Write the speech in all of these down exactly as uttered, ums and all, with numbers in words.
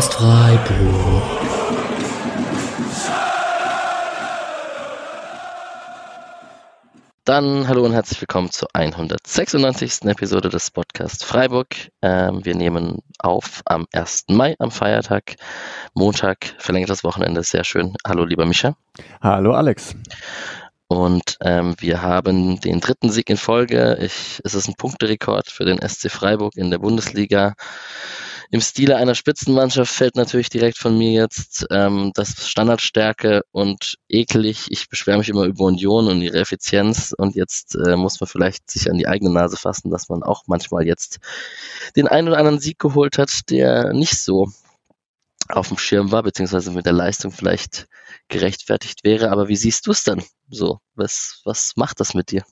Podcast Freiburg. Dann hallo und herzlich willkommen zur hundertsechsundneunzigsten Episode des Podcast Freiburg. Ähm, wir nehmen auf am ersten Mai, am Feiertag, Montag, verlängertes Wochenende, sehr schön. Hallo lieber Micha. Hallo Alex. Und ähm, wir haben den dritten Sieg in Folge. Ich, es ist ein Punkterekord für den S C Freiburg in der Bundesliga. Im Stile einer Spitzenmannschaft fällt natürlich direkt von mir jetzt ähm, das Standardstärke und eklig. Ich beschwere mich immer über Union und ihre Effizienz und jetzt äh, muss man vielleicht sich an die eigene Nase fassen, dass man auch manchmal jetzt den einen oder anderen Sieg geholt hat, der nicht so auf dem Schirm war, beziehungsweise mit der Leistung vielleicht gerechtfertigt wäre. Aber wie siehst du es dann so? Was, was macht das mit dir?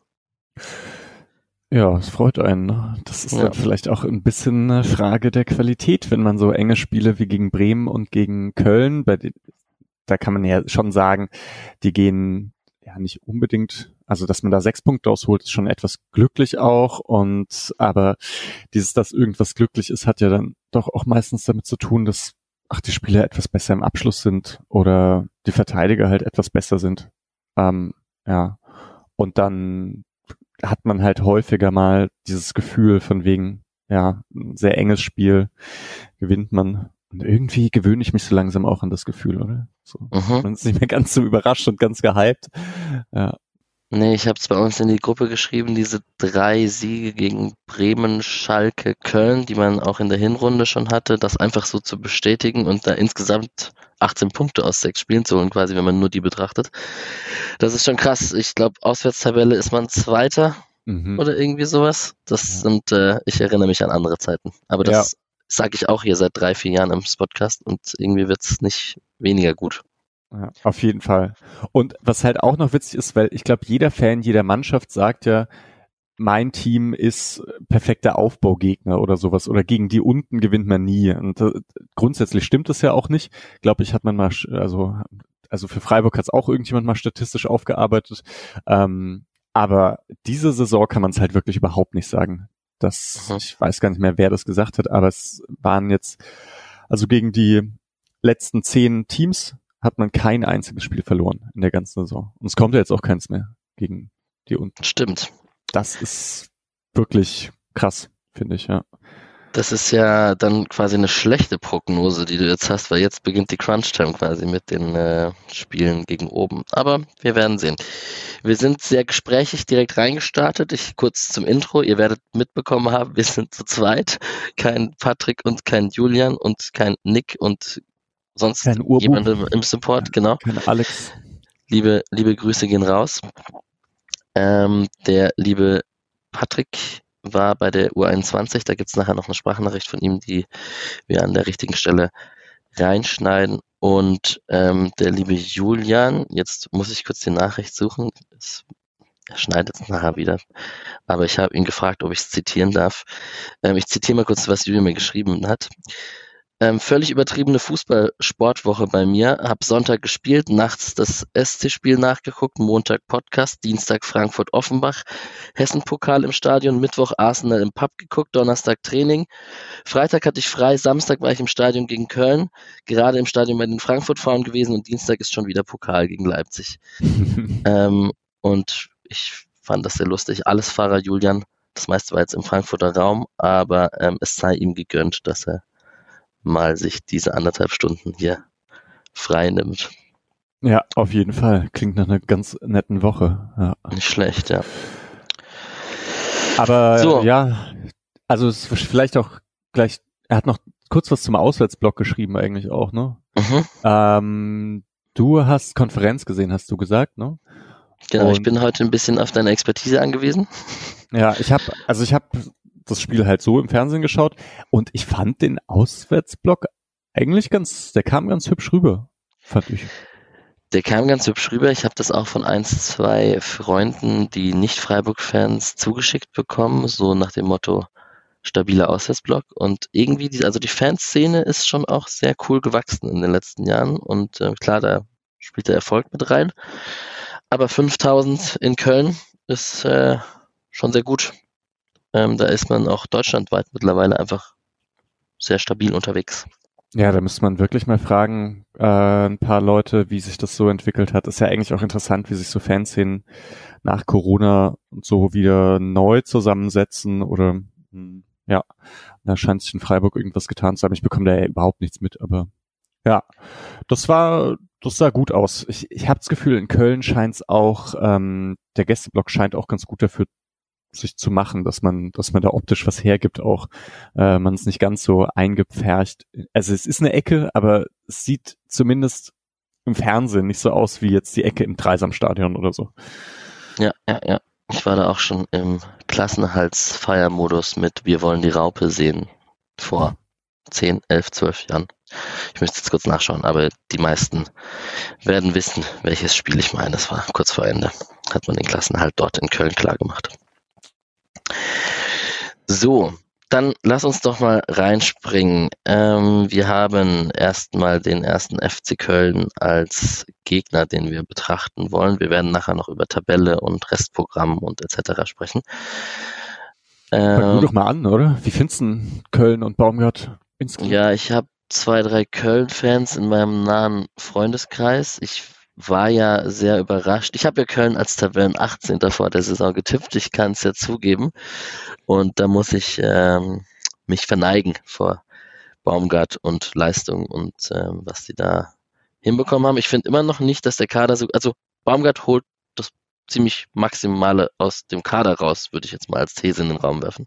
Ja, es freut einen. Ne? Das ist Ja. dann vielleicht auch ein bisschen eine Frage der Qualität, wenn man so enge Spiele wie gegen Bremen und gegen Köln, bei den, da kann man ja schon sagen, die gehen ja nicht unbedingt, also dass man da sechs Punkte ausholt, ist schon etwas glücklich auch, und aber dieses, dass irgendwas glücklich ist, hat ja dann doch auch meistens damit zu tun, dass ach, die Spieler etwas besser im Abschluss sind oder die Verteidiger halt etwas besser sind. Ähm, ja, und dann hat man halt häufiger mal dieses Gefühl von wegen, ja, ein sehr enges Spiel, gewinnt man. Und irgendwie gewöhne ich mich so langsam auch an das Gefühl, oder? So, Mhm. man ist nicht mehr ganz so überrascht und ganz gehypt. Ja. Nee, ich habe es bei uns in die Gruppe geschrieben, diese drei Siege gegen Bremen, Schalke, Köln, die man auch in der Hinrunde schon hatte, das einfach so zu bestätigen und da insgesamt achtzehn Punkte aus sechs Spielen zu holen, quasi, wenn man nur die betrachtet. Das ist schon krass. Ich glaube, Auswärtstabelle ist man Zweiter Mhm. oder irgendwie sowas. Das Ja. sind, äh, ich erinnere mich an andere Zeiten. Aber das Ja. sage ich auch hier seit drei, vier Jahren im Podcast und irgendwie wird's nicht weniger gut. Ja, auf jeden Fall. Und was halt auch noch witzig ist, weil ich glaube, jeder Fan jeder Mannschaft sagt ja, mein Team ist perfekter Aufbaugegner oder sowas, oder gegen die unten gewinnt man nie. Und äh, grundsätzlich stimmt das ja auch nicht. Glaube ich, hat man mal, also also für Freiburg hat es auch irgendjemand mal statistisch aufgearbeitet. Ähm, aber diese Saison kann man es halt wirklich überhaupt nicht sagen. Das, Mhm. ich weiß gar nicht mehr, wer das gesagt hat, aber es waren jetzt, also gegen die letzten zehn Teams hat man kein einziges Spiel verloren in der ganzen Saison. Und es kommt ja jetzt auch keins mehr gegen die unten. Stimmt. Das ist wirklich krass, finde ich, ja. Das ist ja dann quasi eine schlechte Prognose, die du jetzt hast, weil jetzt beginnt die Crunch-Time quasi mit den äh, Spielen gegen oben. Aber wir werden sehen. Wir sind sehr gesprächig direkt reingestartet. Ich kurz zum Intro. Ihr werdet mitbekommen haben, wir sind zu zweit. Kein Patrick und kein Julian und kein Nick und sonst Kein Urbub. jemandem im Support, genau. Kein Alex. Liebe, liebe Grüße gehen raus. Ähm, der liebe Patrick war bei der U einundzwanzig, da gibt es nachher noch eine Sprachnachricht von ihm, die wir an der richtigen Stelle reinschneiden. Und ähm, der liebe Julian, jetzt muss ich kurz die Nachricht suchen, es, er schneidet es nachher wieder, aber ich habe ihn gefragt, ob ich es zitieren darf. Ähm, ich zitiere mal kurz, was Julian mir geschrieben hat. Ähm, völlig übertriebene Fußball-Sportwoche bei mir. Hab Sonntag gespielt, nachts das S C-Spiel nachgeguckt, Montag Podcast, Dienstag Frankfurt-Offenbach, Hessen-Pokal im Stadion, Mittwoch Arsenal im Pub geguckt, Donnerstag Training. Freitag hatte ich frei, Samstag war ich im Stadion gegen Köln, gerade im Stadion bei den Frankfurt-Frauen gewesen und Dienstag ist schon wieder Pokal gegen Leipzig. ähm, und ich fand das sehr lustig. Alles Fahrer Julian, das meiste war jetzt im Frankfurter Raum, aber ähm, es sei ihm gegönnt, dass er mal sich diese anderthalb Stunden hier frei nimmt. Ja, auf jeden Fall. Klingt nach einer ganz netten Woche. Ja. Nicht schlecht, ja. Aber So. ja, also es ist vielleicht auch gleich, er hat noch kurz was zum Auswärtsblock geschrieben eigentlich auch, ne? Mhm. Ähm, du hast Konferenz gesehen, hast du gesagt, ne? Genau, ich Und- bin heute ein bisschen auf deine Expertise angewiesen. Ja, ich habe, also ich habe das Spiel halt so im Fernsehen geschaut und ich fand den Auswärtsblock eigentlich ganz, der kam ganz hübsch rüber, fand ich. Der kam ganz hübsch rüber. Ich habe das auch von eins, zwei Freunden, die nicht Freiburg-Fans, zugeschickt bekommen, so nach dem Motto stabiler Auswärtsblock. Und irgendwie, die, also die Fanszene ist schon auch sehr cool gewachsen in den letzten Jahren. Und äh, klar, da spielt der Erfolg mit rein. Aber fünftausend in Köln ist äh, schon sehr gut. Ähm, da ist man auch deutschlandweit mittlerweile einfach sehr stabil unterwegs. Ja, da müsste man wirklich mal fragen, äh, ein paar Leute, wie sich das so entwickelt hat. Ist ja eigentlich auch interessant, wie sich so Fanszenen nach Corona und so wieder neu zusammensetzen oder hm, ja, da scheint sich in Freiburg irgendwas getan zu haben. Ich bekomme da ja überhaupt nichts mit, aber ja, das war, das sah gut aus. Ich, ich habe das Gefühl, in Köln scheint es auch, ähm, der Gästeblock scheint auch ganz gut dafür sich zu machen, dass man, dass man da optisch was hergibt auch. Äh, man ist nicht ganz so eingepfercht. Also es ist eine Ecke, aber es sieht zumindest im Fernsehen nicht so aus wie jetzt die Ecke im Dreisamstadion oder so. Ja, ja, ja. Ich war da auch schon im Klassenhalts-Feiermodus mit Wir wollen die Raupe sehen vor zehn, elf, zwölf Jahren. Ich müsste jetzt kurz nachschauen, aber die meisten werden wissen, welches Spiel ich meine. Das war kurz vor Ende. Hat man den Klassenhalt dort in Köln klar gemacht. So, dann lass uns doch mal reinspringen. Ähm, wir haben erstmal den ersten F C Köln als Gegner, den wir betrachten wollen. Wir werden nachher noch über Tabelle und Restprogramm und et cetera sprechen. Fang Ähm, du doch mal an, oder? Wie findest du Köln und Baumgart insgesamt? ja, ich habe zwei, drei Köln-Fans in meinem nahen Freundeskreis. Ich war ja sehr überrascht. Ich habe ja Köln als Tabellen achtzehnter vor der Saison getippt. Ich kann es ja zugeben. Und da muss ich ähm, mich verneigen vor Baumgart und Leistung und ähm, was die da hinbekommen haben. Ich finde immer noch nicht, dass der Kader so, also Baumgart holt das ziemlich Maximale aus dem Kader raus, würde ich jetzt mal als These in den Raum werfen.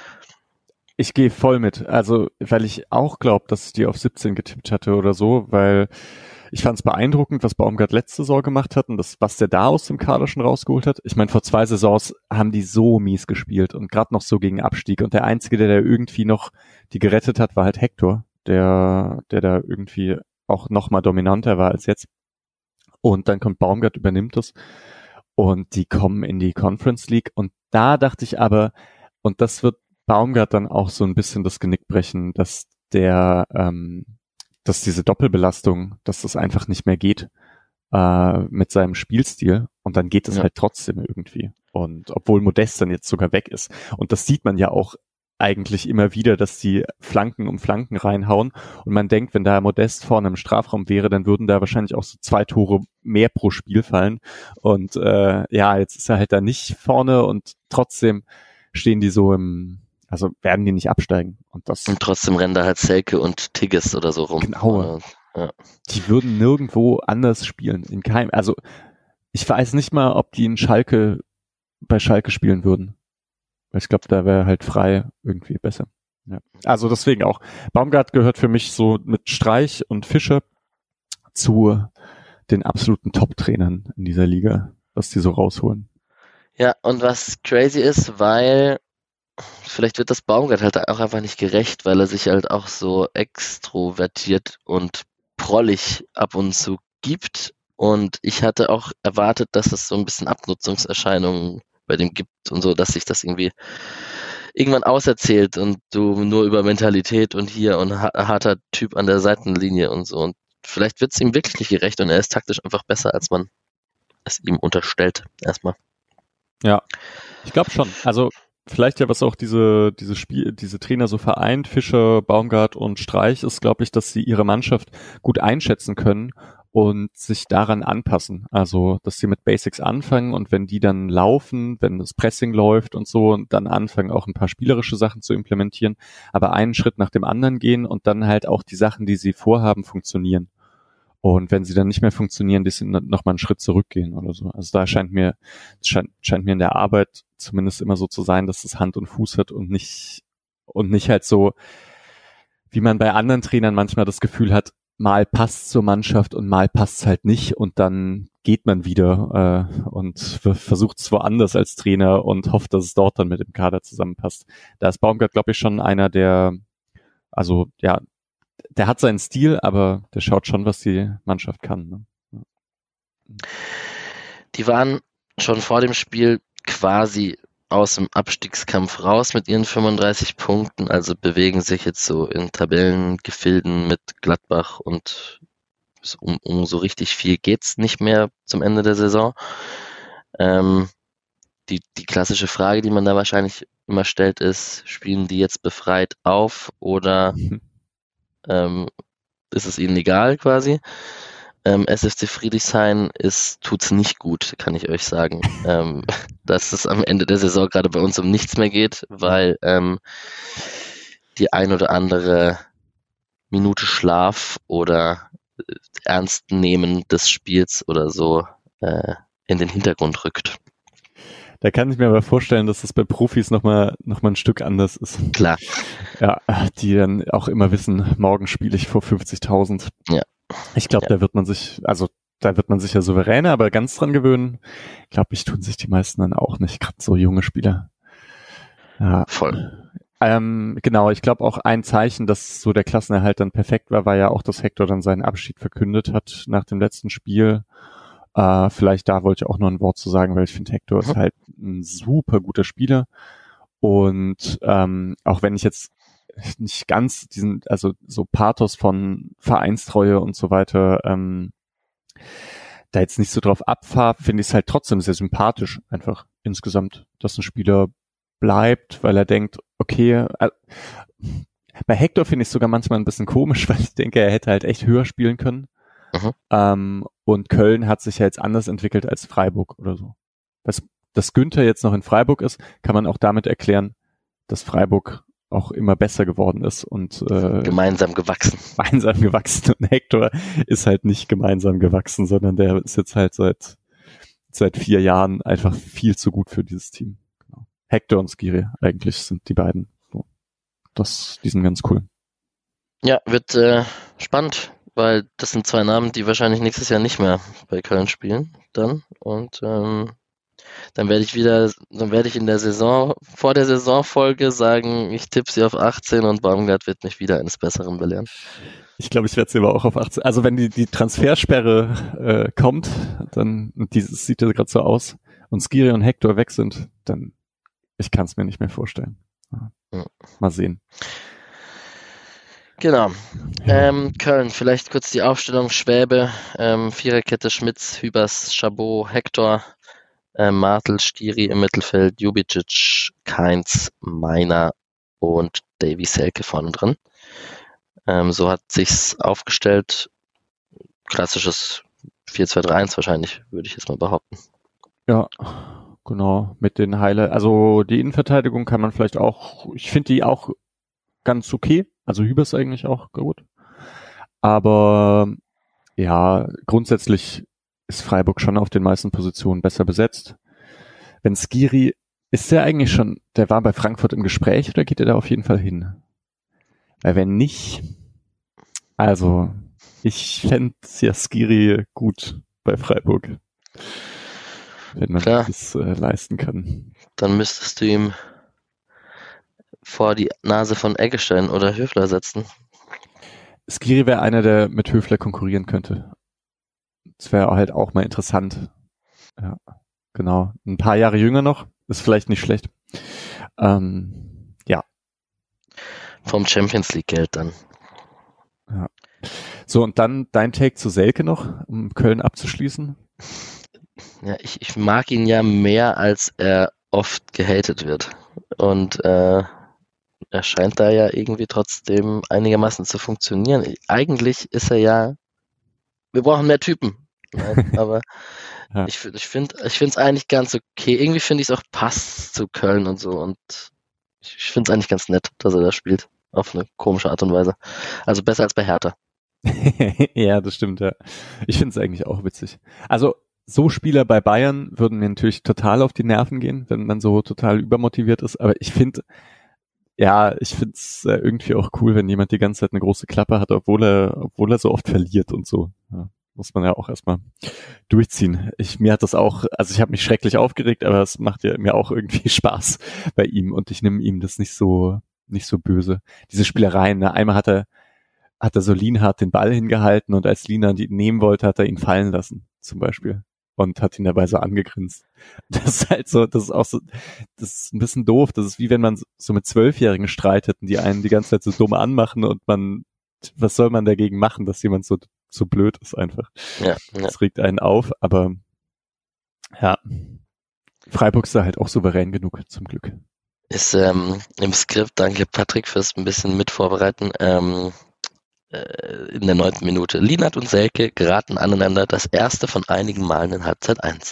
Ich gehe voll mit. Also, weil ich auch glaube, dass ich die auf siebzehn getippt hatte oder so, weil ich fand es beeindruckend, was Baumgart letzte Saison gemacht hat und das, was der da aus dem Kader schon rausgeholt hat. Ich meine, vor zwei Saisons haben die so mies gespielt und gerade noch so gegen Abstieg. Und der Einzige, der da irgendwie noch die gerettet hat, war halt Hector, der, der da irgendwie auch noch mal dominanter war als jetzt. Und dann kommt Baumgart, übernimmt das und die kommen in die Conference League. Und da dachte ich aber, und das wird Baumgart dann auch so ein bisschen das Genick brechen, dass der, ähm, dass diese Doppelbelastung, dass das einfach nicht mehr geht äh, mit seinem Spielstil und dann geht es Ja. halt trotzdem irgendwie. Und obwohl Modest dann jetzt sogar weg ist. Und das sieht man ja auch eigentlich immer wieder, dass die Flanken um Flanken reinhauen und man denkt, wenn da Modest vorne im Strafraum wäre, dann würden da wahrscheinlich auch so zwei Tore mehr pro Spiel fallen. Und äh, ja, jetzt ist er halt da nicht vorne und trotzdem stehen die so im, also werden die nicht absteigen. Und das Und trotzdem rennen da halt Selke und Tigges oder so rum. Genau. Ja. Die würden nirgendwo anders spielen. In keinem, also ich weiß nicht mal, ob die in Schalke bei Schalke spielen würden. Weil ich glaube, da wäre halt frei irgendwie besser. Ja. Also deswegen auch. Baumgart gehört für mich so mit Streich und Fischer zu den absoluten Top-Trainern in dieser Liga, was die so rausholen. Ja, und was crazy ist, weil vielleicht wird das Baumgart halt auch einfach nicht gerecht, weil er sich halt auch so extrovertiert und prollig ab und zu gibt. Und ich hatte auch erwartet, dass es so ein bisschen Abnutzungserscheinungen bei dem gibt und so, dass sich das irgendwie irgendwann auserzählt und du nur über Mentalität und hier und harter Typ an der Seitenlinie und so. Und vielleicht wird es ihm wirklich nicht gerecht und er ist taktisch einfach besser, als man es ihm unterstellt, erstmal. Ja, ich glaube schon. Also vielleicht ja, was auch diese diese Spiel, diese Trainer so vereint, Fischer, Baumgart und Streich, ist, glaube ich, dass sie ihre Mannschaft gut einschätzen können und sich daran anpassen. Also, dass sie mit Basics anfangen und wenn die dann laufen, wenn das Pressing läuft und so, und dann anfangen auch ein paar spielerische Sachen zu implementieren, aber einen Schritt nach dem anderen gehen und dann halt auch die Sachen, die sie vorhaben, funktionieren. Und wenn sie dann nicht mehr funktionieren, die sind noch mal einen Schritt zurückgehen oder so. Also da scheint mir, scheint, scheint mir in der Arbeit zumindest immer so zu sein, dass es Hand und Fuß hat und nicht, und nicht halt so, wie man bei anderen Trainern manchmal das Gefühl hat, mal passt zur Mannschaft und mal passt es halt nicht und dann geht man wieder äh, und versucht es woanders als Trainer und hofft, dass es dort dann mit dem Kader zusammenpasst. Da ist Baumgart, glaube ich, schon einer, der, also ja, der hat seinen Stil, aber der schaut schon, was die Mannschaft kann. Ne? Die waren schon vor dem Spiel quasi aus dem Abstiegskampf raus mit ihren fünfunddreißig Punkten, also bewegen sich jetzt so in Tabellengefilden mit Gladbach und um, um so richtig viel geht's nicht mehr zum Ende der Saison. Ähm, die, die klassische Frage, die man da wahrscheinlich immer stellt, ist, spielen die jetzt befreit auf oder ähm, ist es ihnen egal quasi. Ähm, S F C Friedrichshain ist, tut's nicht gut, kann ich euch sagen. ähm, dass es am Ende der Saison gerade bei uns um nichts mehr geht, weil ähm, die ein oder andere Minute Schlaf oder äh, Ernstnehmen des Spiels oder so äh, in den Hintergrund rückt. Da kann ich mir aber vorstellen, dass das bei Profis nochmal noch mal ein Stück anders ist. Klar. Ja, die dann auch immer wissen, morgen spiele ich vor fünfzigtausend. Ja. Ich glaube, Ja. da wird man sich, also da wird man sich ja souveräner, aber ganz dran gewöhnen, glaube ich, tun sich die meisten dann auch nicht, gerade so junge Spieler. Ja. Voll. Ähm, genau, ich glaube auch ein Zeichen, dass so der Klassenerhalt dann perfekt war, war ja auch, dass Hector dann seinen Abschied verkündet hat nach dem letzten Spiel. Äh, vielleicht da wollte ich auch noch ein Wort zu sagen, weil ich finde, Hector ist halt ein super guter Spieler. Und ähm, auch wenn ich jetzt nicht ganz diesen, also so Pathos von Vereinstreue und so weiter, ähm, da jetzt nicht so drauf abfahre, finde ich es halt trotzdem sehr sympathisch, einfach insgesamt, dass ein Spieler bleibt, weil er denkt, okay, äh, bei Hector finde ich es sogar manchmal ein bisschen komisch, weil ich denke, er hätte halt echt höher spielen können. Mhm. Ähm, und Köln hat sich ja jetzt anders entwickelt als Freiburg oder so. Was, dass Günther jetzt noch in Freiburg ist, kann man auch damit erklären, dass Freiburg auch immer besser geworden ist und äh, gemeinsam gewachsen. Gemeinsam gewachsen. Und Hector ist halt nicht gemeinsam gewachsen, sondern der ist jetzt halt seit seit vier Jahren einfach viel zu gut für dieses Team. Genau. Hector und Skiri eigentlich sind die beiden. So. Das, die sind ganz cool. Ja, wird äh, spannend, weil das sind zwei Namen, die wahrscheinlich nächstes Jahr nicht mehr bei Köln spielen dann. Und ähm, dann werde ich wieder, dann werde ich in der Saison, vor der Saisonfolge sagen, ich tippe sie auf achtzehn und Baumgart wird mich wieder eines Besseren belehren. Ich glaube, ich werde sie aber auch auf achtzehn. Also wenn die, die Transfersperre äh, kommt, dann, und dieses sieht ja gerade so aus, und Skiri und Hector weg sind, dann, ich kann es mir nicht mehr vorstellen. Ja. Ja. Mal sehen. Genau. Ja. Ähm, Köln, vielleicht kurz die Aufstellung. Schwäbe, ähm, Viererkette Schmitz, Hübers, Chabot, Hector, äh, Martel, Skiri im Mittelfeld, Jubicic, Kainz, Meiner und Davy Selke vorne drin. Ähm, so hat sich's aufgestellt. Klassisches vier zwei drei eins wahrscheinlich, würde ich jetzt mal behaupten. Ja, genau. Mit den Highlights. Also die Innenverteidigung kann man vielleicht auch, ich finde die auch ganz okay. Also Hübers eigentlich auch gut. Aber ja, grundsätzlich ist Freiburg schon auf den meisten Positionen besser besetzt. Wenn Skiri, ist der eigentlich schon, der war bei Frankfurt im Gespräch oder geht er da auf jeden Fall hin? Weil wenn nicht, also ich fände ja Skiri gut bei Freiburg. Wenn man Klar. das äh, leisten kann. Dann müsstest du ihm vor die Nase von Eggestein oder Höfler setzen. Skiri wäre einer, der mit Höfler konkurrieren könnte. Das wäre halt auch mal interessant. Ja, genau. Ein paar Jahre jünger noch, ist vielleicht nicht schlecht. Ähm, ja. Vom Champions League Geld dann. Ja. So, und dann dein Take zu Selke noch, um Köln abzuschließen. Ja, ich, ich mag ihn ja mehr, als er oft gehatet wird. Und äh, er scheint da ja irgendwie trotzdem einigermaßen zu funktionieren. Eigentlich ist er ja, wir brauchen mehr Typen. Nein, aber ja. ich, ich finde ich finde es eigentlich ganz okay. Irgendwie finde ich es auch passt zu Köln und so. Und ich, ich finde es eigentlich ganz nett, dass er da spielt. Auf eine komische Art und Weise. Also besser als bei Hertha. Ja, das stimmt, ja. Ich finde es eigentlich auch witzig. Also so Spieler bei Bayern würden mir natürlich total auf die Nerven gehen, wenn man so total übermotiviert ist. Aber ich finde, ja, ich finde es irgendwie auch cool, wenn jemand die ganze Zeit eine große Klappe hat, obwohl er, obwohl er so oft verliert und so. Ja, muss man ja auch erstmal durchziehen. Ich, mir hat das auch, also ich habe mich schrecklich aufgeregt, aber es macht ja mir auch irgendwie Spaß bei ihm und ich nehme ihm das nicht so, nicht so böse. Diese Spielereien, ne? Einmal hat er, hat er so Lienhardt den Ball hingehalten und als Lienhardt ihn nehmen wollte, hat er ihn fallen lassen, zum Beispiel. Und hat ihn dabei so angegrinst. Das ist halt so, das ist auch so, das ist ein bisschen doof. Das ist wie wenn man so mit Zwölfjährigen streitet und die einen die ganze Zeit so dumm anmachen und man, was soll man dagegen machen, dass jemand so, so blöd ist einfach. Ja, ja. Das regt einen auf, aber ja, Freiburg ist da halt auch souverän genug, zum Glück. Ist ähm, im Skript, danke Patrick fürs ein bisschen mit vorbereiten, ähm, äh, in der neunten Minute. Lienert und Selke geraten aneinander, das erste von einigen Malen in Halbzeit eins.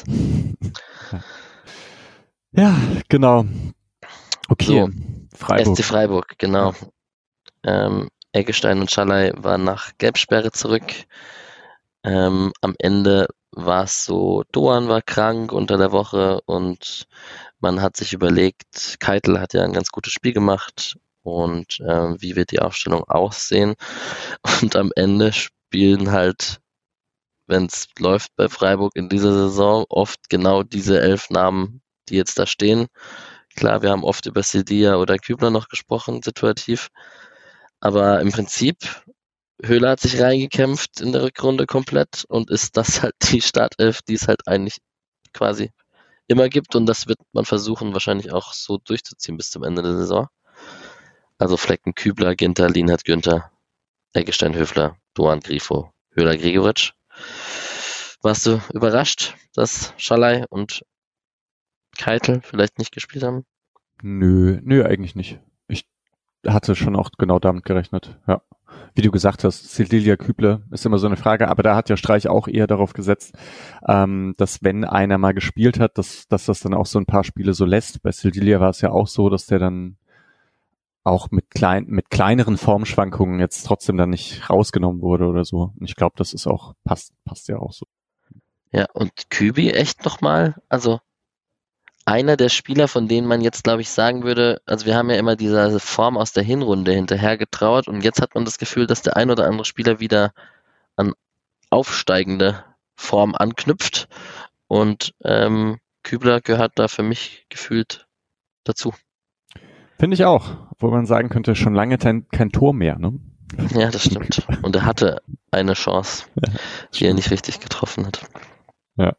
Ja, genau. Okay, So, Freiburg. S C Freiburg, genau. Ähm, Eggestein und Schalay waren nach Gelbsperre zurück. Ähm, am Ende war es so, Doan war krank unter der Woche und man hat sich überlegt, Keitel hat ja ein ganz gutes Spiel gemacht und ähm, wie wird die Aufstellung aussehen? Und am Ende spielen halt, wenn es läuft bei Freiburg in dieser Saison, oft genau diese elf Namen, die jetzt da stehen. Klar, wir haben oft über Sedilla oder Kübler noch gesprochen, situativ. Aber im Prinzip, Höhler hat sich reingekämpft in der Rückrunde komplett und ist das halt die Startelf, die es halt eigentlich quasi immer gibt. Und das wird man versuchen, wahrscheinlich auch so durchzuziehen bis zum Ende der Saison. Also Flecken, Kübler, Ginter, Lienhardt, Günther, Eggestein, Höfler, Doan, Grifo, Höhler, Gregoritsch. Warst du überrascht, dass Schalay und Keitel vielleicht nicht gespielt haben? Nö, nö, eigentlich nicht. Ich hatte schon auch genau damit gerechnet, ja. Wie du gesagt hast, Sedilla, Kübler ist immer so eine Frage, aber da hat ja Streich auch eher darauf gesetzt, ähm, dass wenn einer mal gespielt hat, dass, dass das dann auch so ein paar Spiele so lässt. Bei Sedilla war es ja auch so, dass der dann auch mit klein, mit kleineren Formschwankungen jetzt trotzdem dann nicht rausgenommen wurde oder so. Und ich glaube, das ist auch, passt, passt ja auch so. Ja, und Kübi echt nochmal, also einer der Spieler, von denen man jetzt, glaube ich, sagen würde, also wir haben ja immer diese Form aus der Hinrunde hinterher getrauert und jetzt hat man das Gefühl, dass der ein oder andere Spieler wieder an aufsteigende Form anknüpft und ähm, Kübler gehört da für mich gefühlt dazu. Finde ich auch, obwohl man sagen könnte, schon lange kein, kein Tor mehr, ne? Ja, das stimmt. Und er hatte eine Chance, ja, die er nicht richtig getroffen hat. Ja.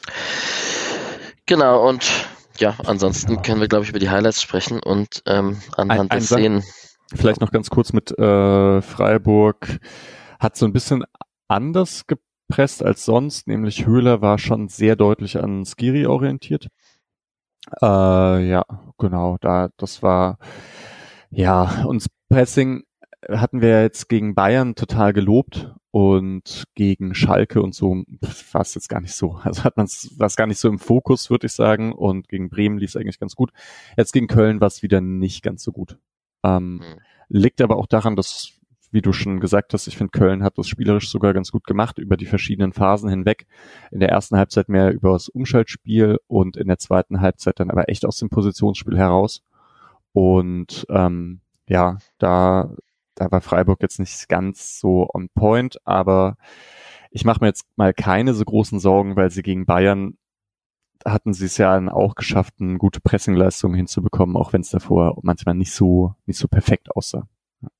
Genau, und ja, ansonsten können wir, glaube ich, über die Highlights sprechen und ähm, anhand ein, der Szenen. Vielleicht noch ganz kurz mit äh, Freiburg. Hat so ein bisschen anders gepresst als sonst, nämlich Höhler war schon sehr deutlich an Skiri orientiert. Äh, ja, genau, da das war, ja, uns Pressing hatten wir jetzt gegen Bayern total gelobt und gegen Schalke und so war es jetzt gar nicht so. Also hat man es, war es gar nicht so im Fokus, würde ich sagen, und gegen Bremen lief es eigentlich ganz gut. Jetzt gegen Köln war es wieder nicht ganz so gut. Ähm, mhm. Liegt aber auch daran, dass, wie du schon gesagt hast, ich finde, Köln hat das spielerisch sogar ganz gut gemacht über die verschiedenen Phasen hinweg. In der ersten Halbzeit mehr über das Umschaltspiel und in der zweiten Halbzeit dann aber echt aus dem Positionsspiel heraus. Und ähm, ja, da Da war Freiburg jetzt nicht ganz so on point, aber ich mache mir jetzt mal keine so großen Sorgen, weil sie gegen Bayern hatten sie es ja dann auch geschafft, eine gute Pressingleistung hinzubekommen, auch wenn es davor manchmal nicht so nicht so perfekt aussah.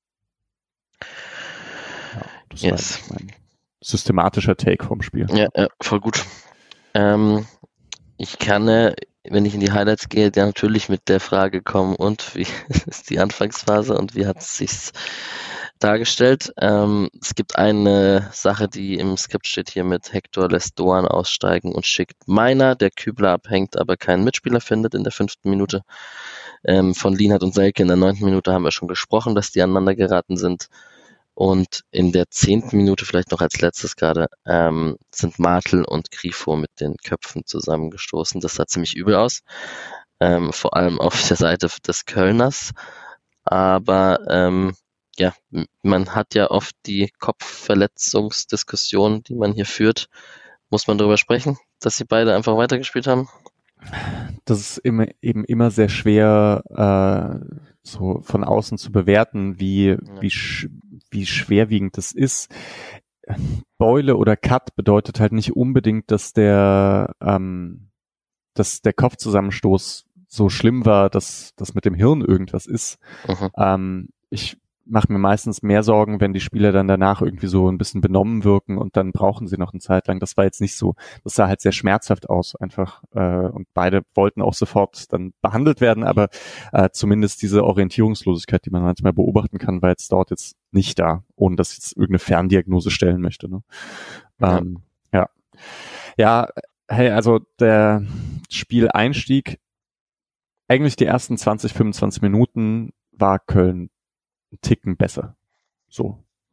Ja, das yes. war mein systematischer Take vom Spiel. Ja, ja, voll gut. Ähm, ich kann, wenn ich in die Highlights gehe, ja natürlich mit der Frage kommen, und wie ist die Anfangsphase und wie hat es sich dargestellt? Ähm, es gibt eine Sache, die im Skript steht hier mit Hector lässt Doan aussteigen und schickt Meiner, der Kübler abhängt, aber keinen Mitspieler findet in der fünften Minute. Ähm, von Lienhardt und Selke in der neunten Minute haben wir schon gesprochen, dass die aneinander geraten sind. Und in der zehnten Minute, vielleicht noch als letztes gerade, ähm, sind Martel und Grifo mit den Köpfen zusammengestoßen. Das sah ziemlich übel aus, ähm, vor allem auf der Seite des Kölners. Aber ähm, ja, man hat ja oft die Kopfverletzungsdiskussion, die man hier führt. Muss man darüber sprechen, dass sie beide einfach weitergespielt haben? Das ist immer, eben immer sehr schwer, äh, so von außen zu bewerten, wie, ja. wie, sch- wie schwerwiegend das ist. Beule oder Cut bedeutet halt nicht unbedingt, dass der, ähm, dass der Kopfzusammenstoß so schlimm war, dass das mit dem Hirn irgendwas ist. Mhm. Ähm, ich mache mir meistens mehr Sorgen, wenn die Spieler dann danach irgendwie so ein bisschen benommen wirken und dann brauchen sie noch eine Zeit lang. Das war jetzt nicht so. Das sah halt sehr schmerzhaft aus einfach. Äh, und beide wollten auch sofort dann behandelt werden, aber äh, zumindest diese Orientierungslosigkeit, die man manchmal beobachten kann, war jetzt dort jetzt nicht da, ohne dass ich jetzt irgendeine Ferndiagnose stellen möchte. Ne? Ja. Ähm, ja. Ja, hey, also der Spieleinstieg, eigentlich die ersten zwanzig, fünfundzwanzig Minuten war Köln einen Ticken besser. So.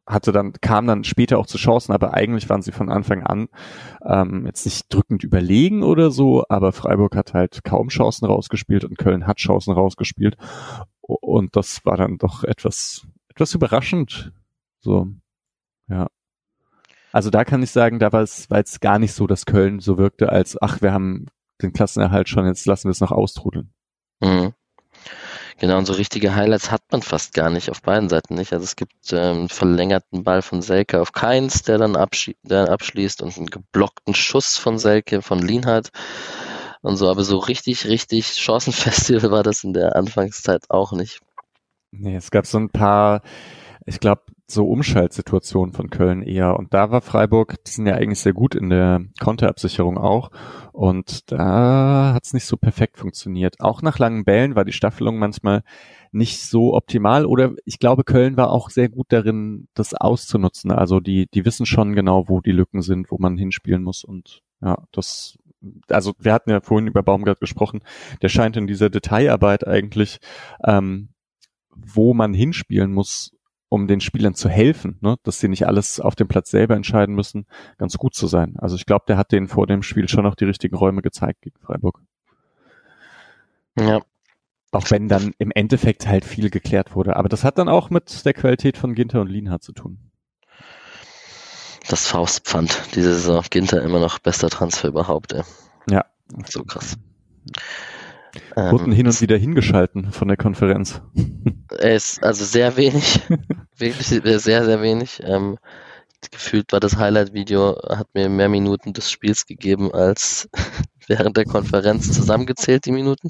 hatte dann, kam dann später auch zu Chancen, aber eigentlich waren sie von Anfang an ähm, jetzt nicht drückend überlegen oder so, aber Freiburg hat halt kaum Chancen rausgespielt und Köln hat Chancen rausgespielt. Und das war dann doch etwas, etwas überraschend. So, ja. Also da kann ich sagen, da war es, war jetzt gar nicht so, dass Köln so wirkte, als, ach, wir haben den Klassenerhalt schon, jetzt lassen wir es noch austrudeln. Mhm. Genau, und so richtige Highlights hat man fast gar nicht, auf beiden Seiten nicht. Also es gibt ähm, einen verlängerten Ball von Selke auf Kainz, der dann abschli- der abschließt, und einen geblockten Schuss von Selke, von Lienhardt und so. Aber so richtig, richtig Chancenfestival war das in der Anfangszeit auch nicht. Nee, es gab so ein paar, ich glaube, so Umschaltsituationen von Köln eher. Und da war Freiburg, die sind ja eigentlich sehr gut in der Konterabsicherung auch. Und da hat's nicht so perfekt funktioniert. Auch nach langen Bällen war die Staffelung manchmal nicht so optimal. Oder ich glaube, Köln war auch sehr gut darin, das auszunutzen. Also die, die wissen schon genau, wo die Lücken sind, wo man hinspielen muss. Und ja, das, also wir hatten ja vorhin über Baumgart gesprochen. Der scheint in dieser Detailarbeit eigentlich, ähm, wo man hinspielen muss, um den Spielern zu helfen, ne, dass sie nicht alles auf dem Platz selber entscheiden müssen, ganz gut zu sein. Also ich glaube, der hat denen vor dem Spiel schon noch die richtigen Räume gezeigt gegen Freiburg. Ja. Auch wenn dann im Endeffekt halt viel geklärt wurde. Aber das hat dann auch mit der Qualität von Ginter und Lienhardt zu tun. Das Faustpfand diese Saison. Ginter immer noch bester Transfer überhaupt, ey. Ja. So krass. Wurden ähm, hin und wieder hingeschalten von der Konferenz. Er ist also sehr wenig, wirklich sehr, sehr wenig. Ähm, gefühlt war das Highlight-Video, hat mir mehr Minuten des Spiels gegeben als während der Konferenz zusammengezählt, die Minuten.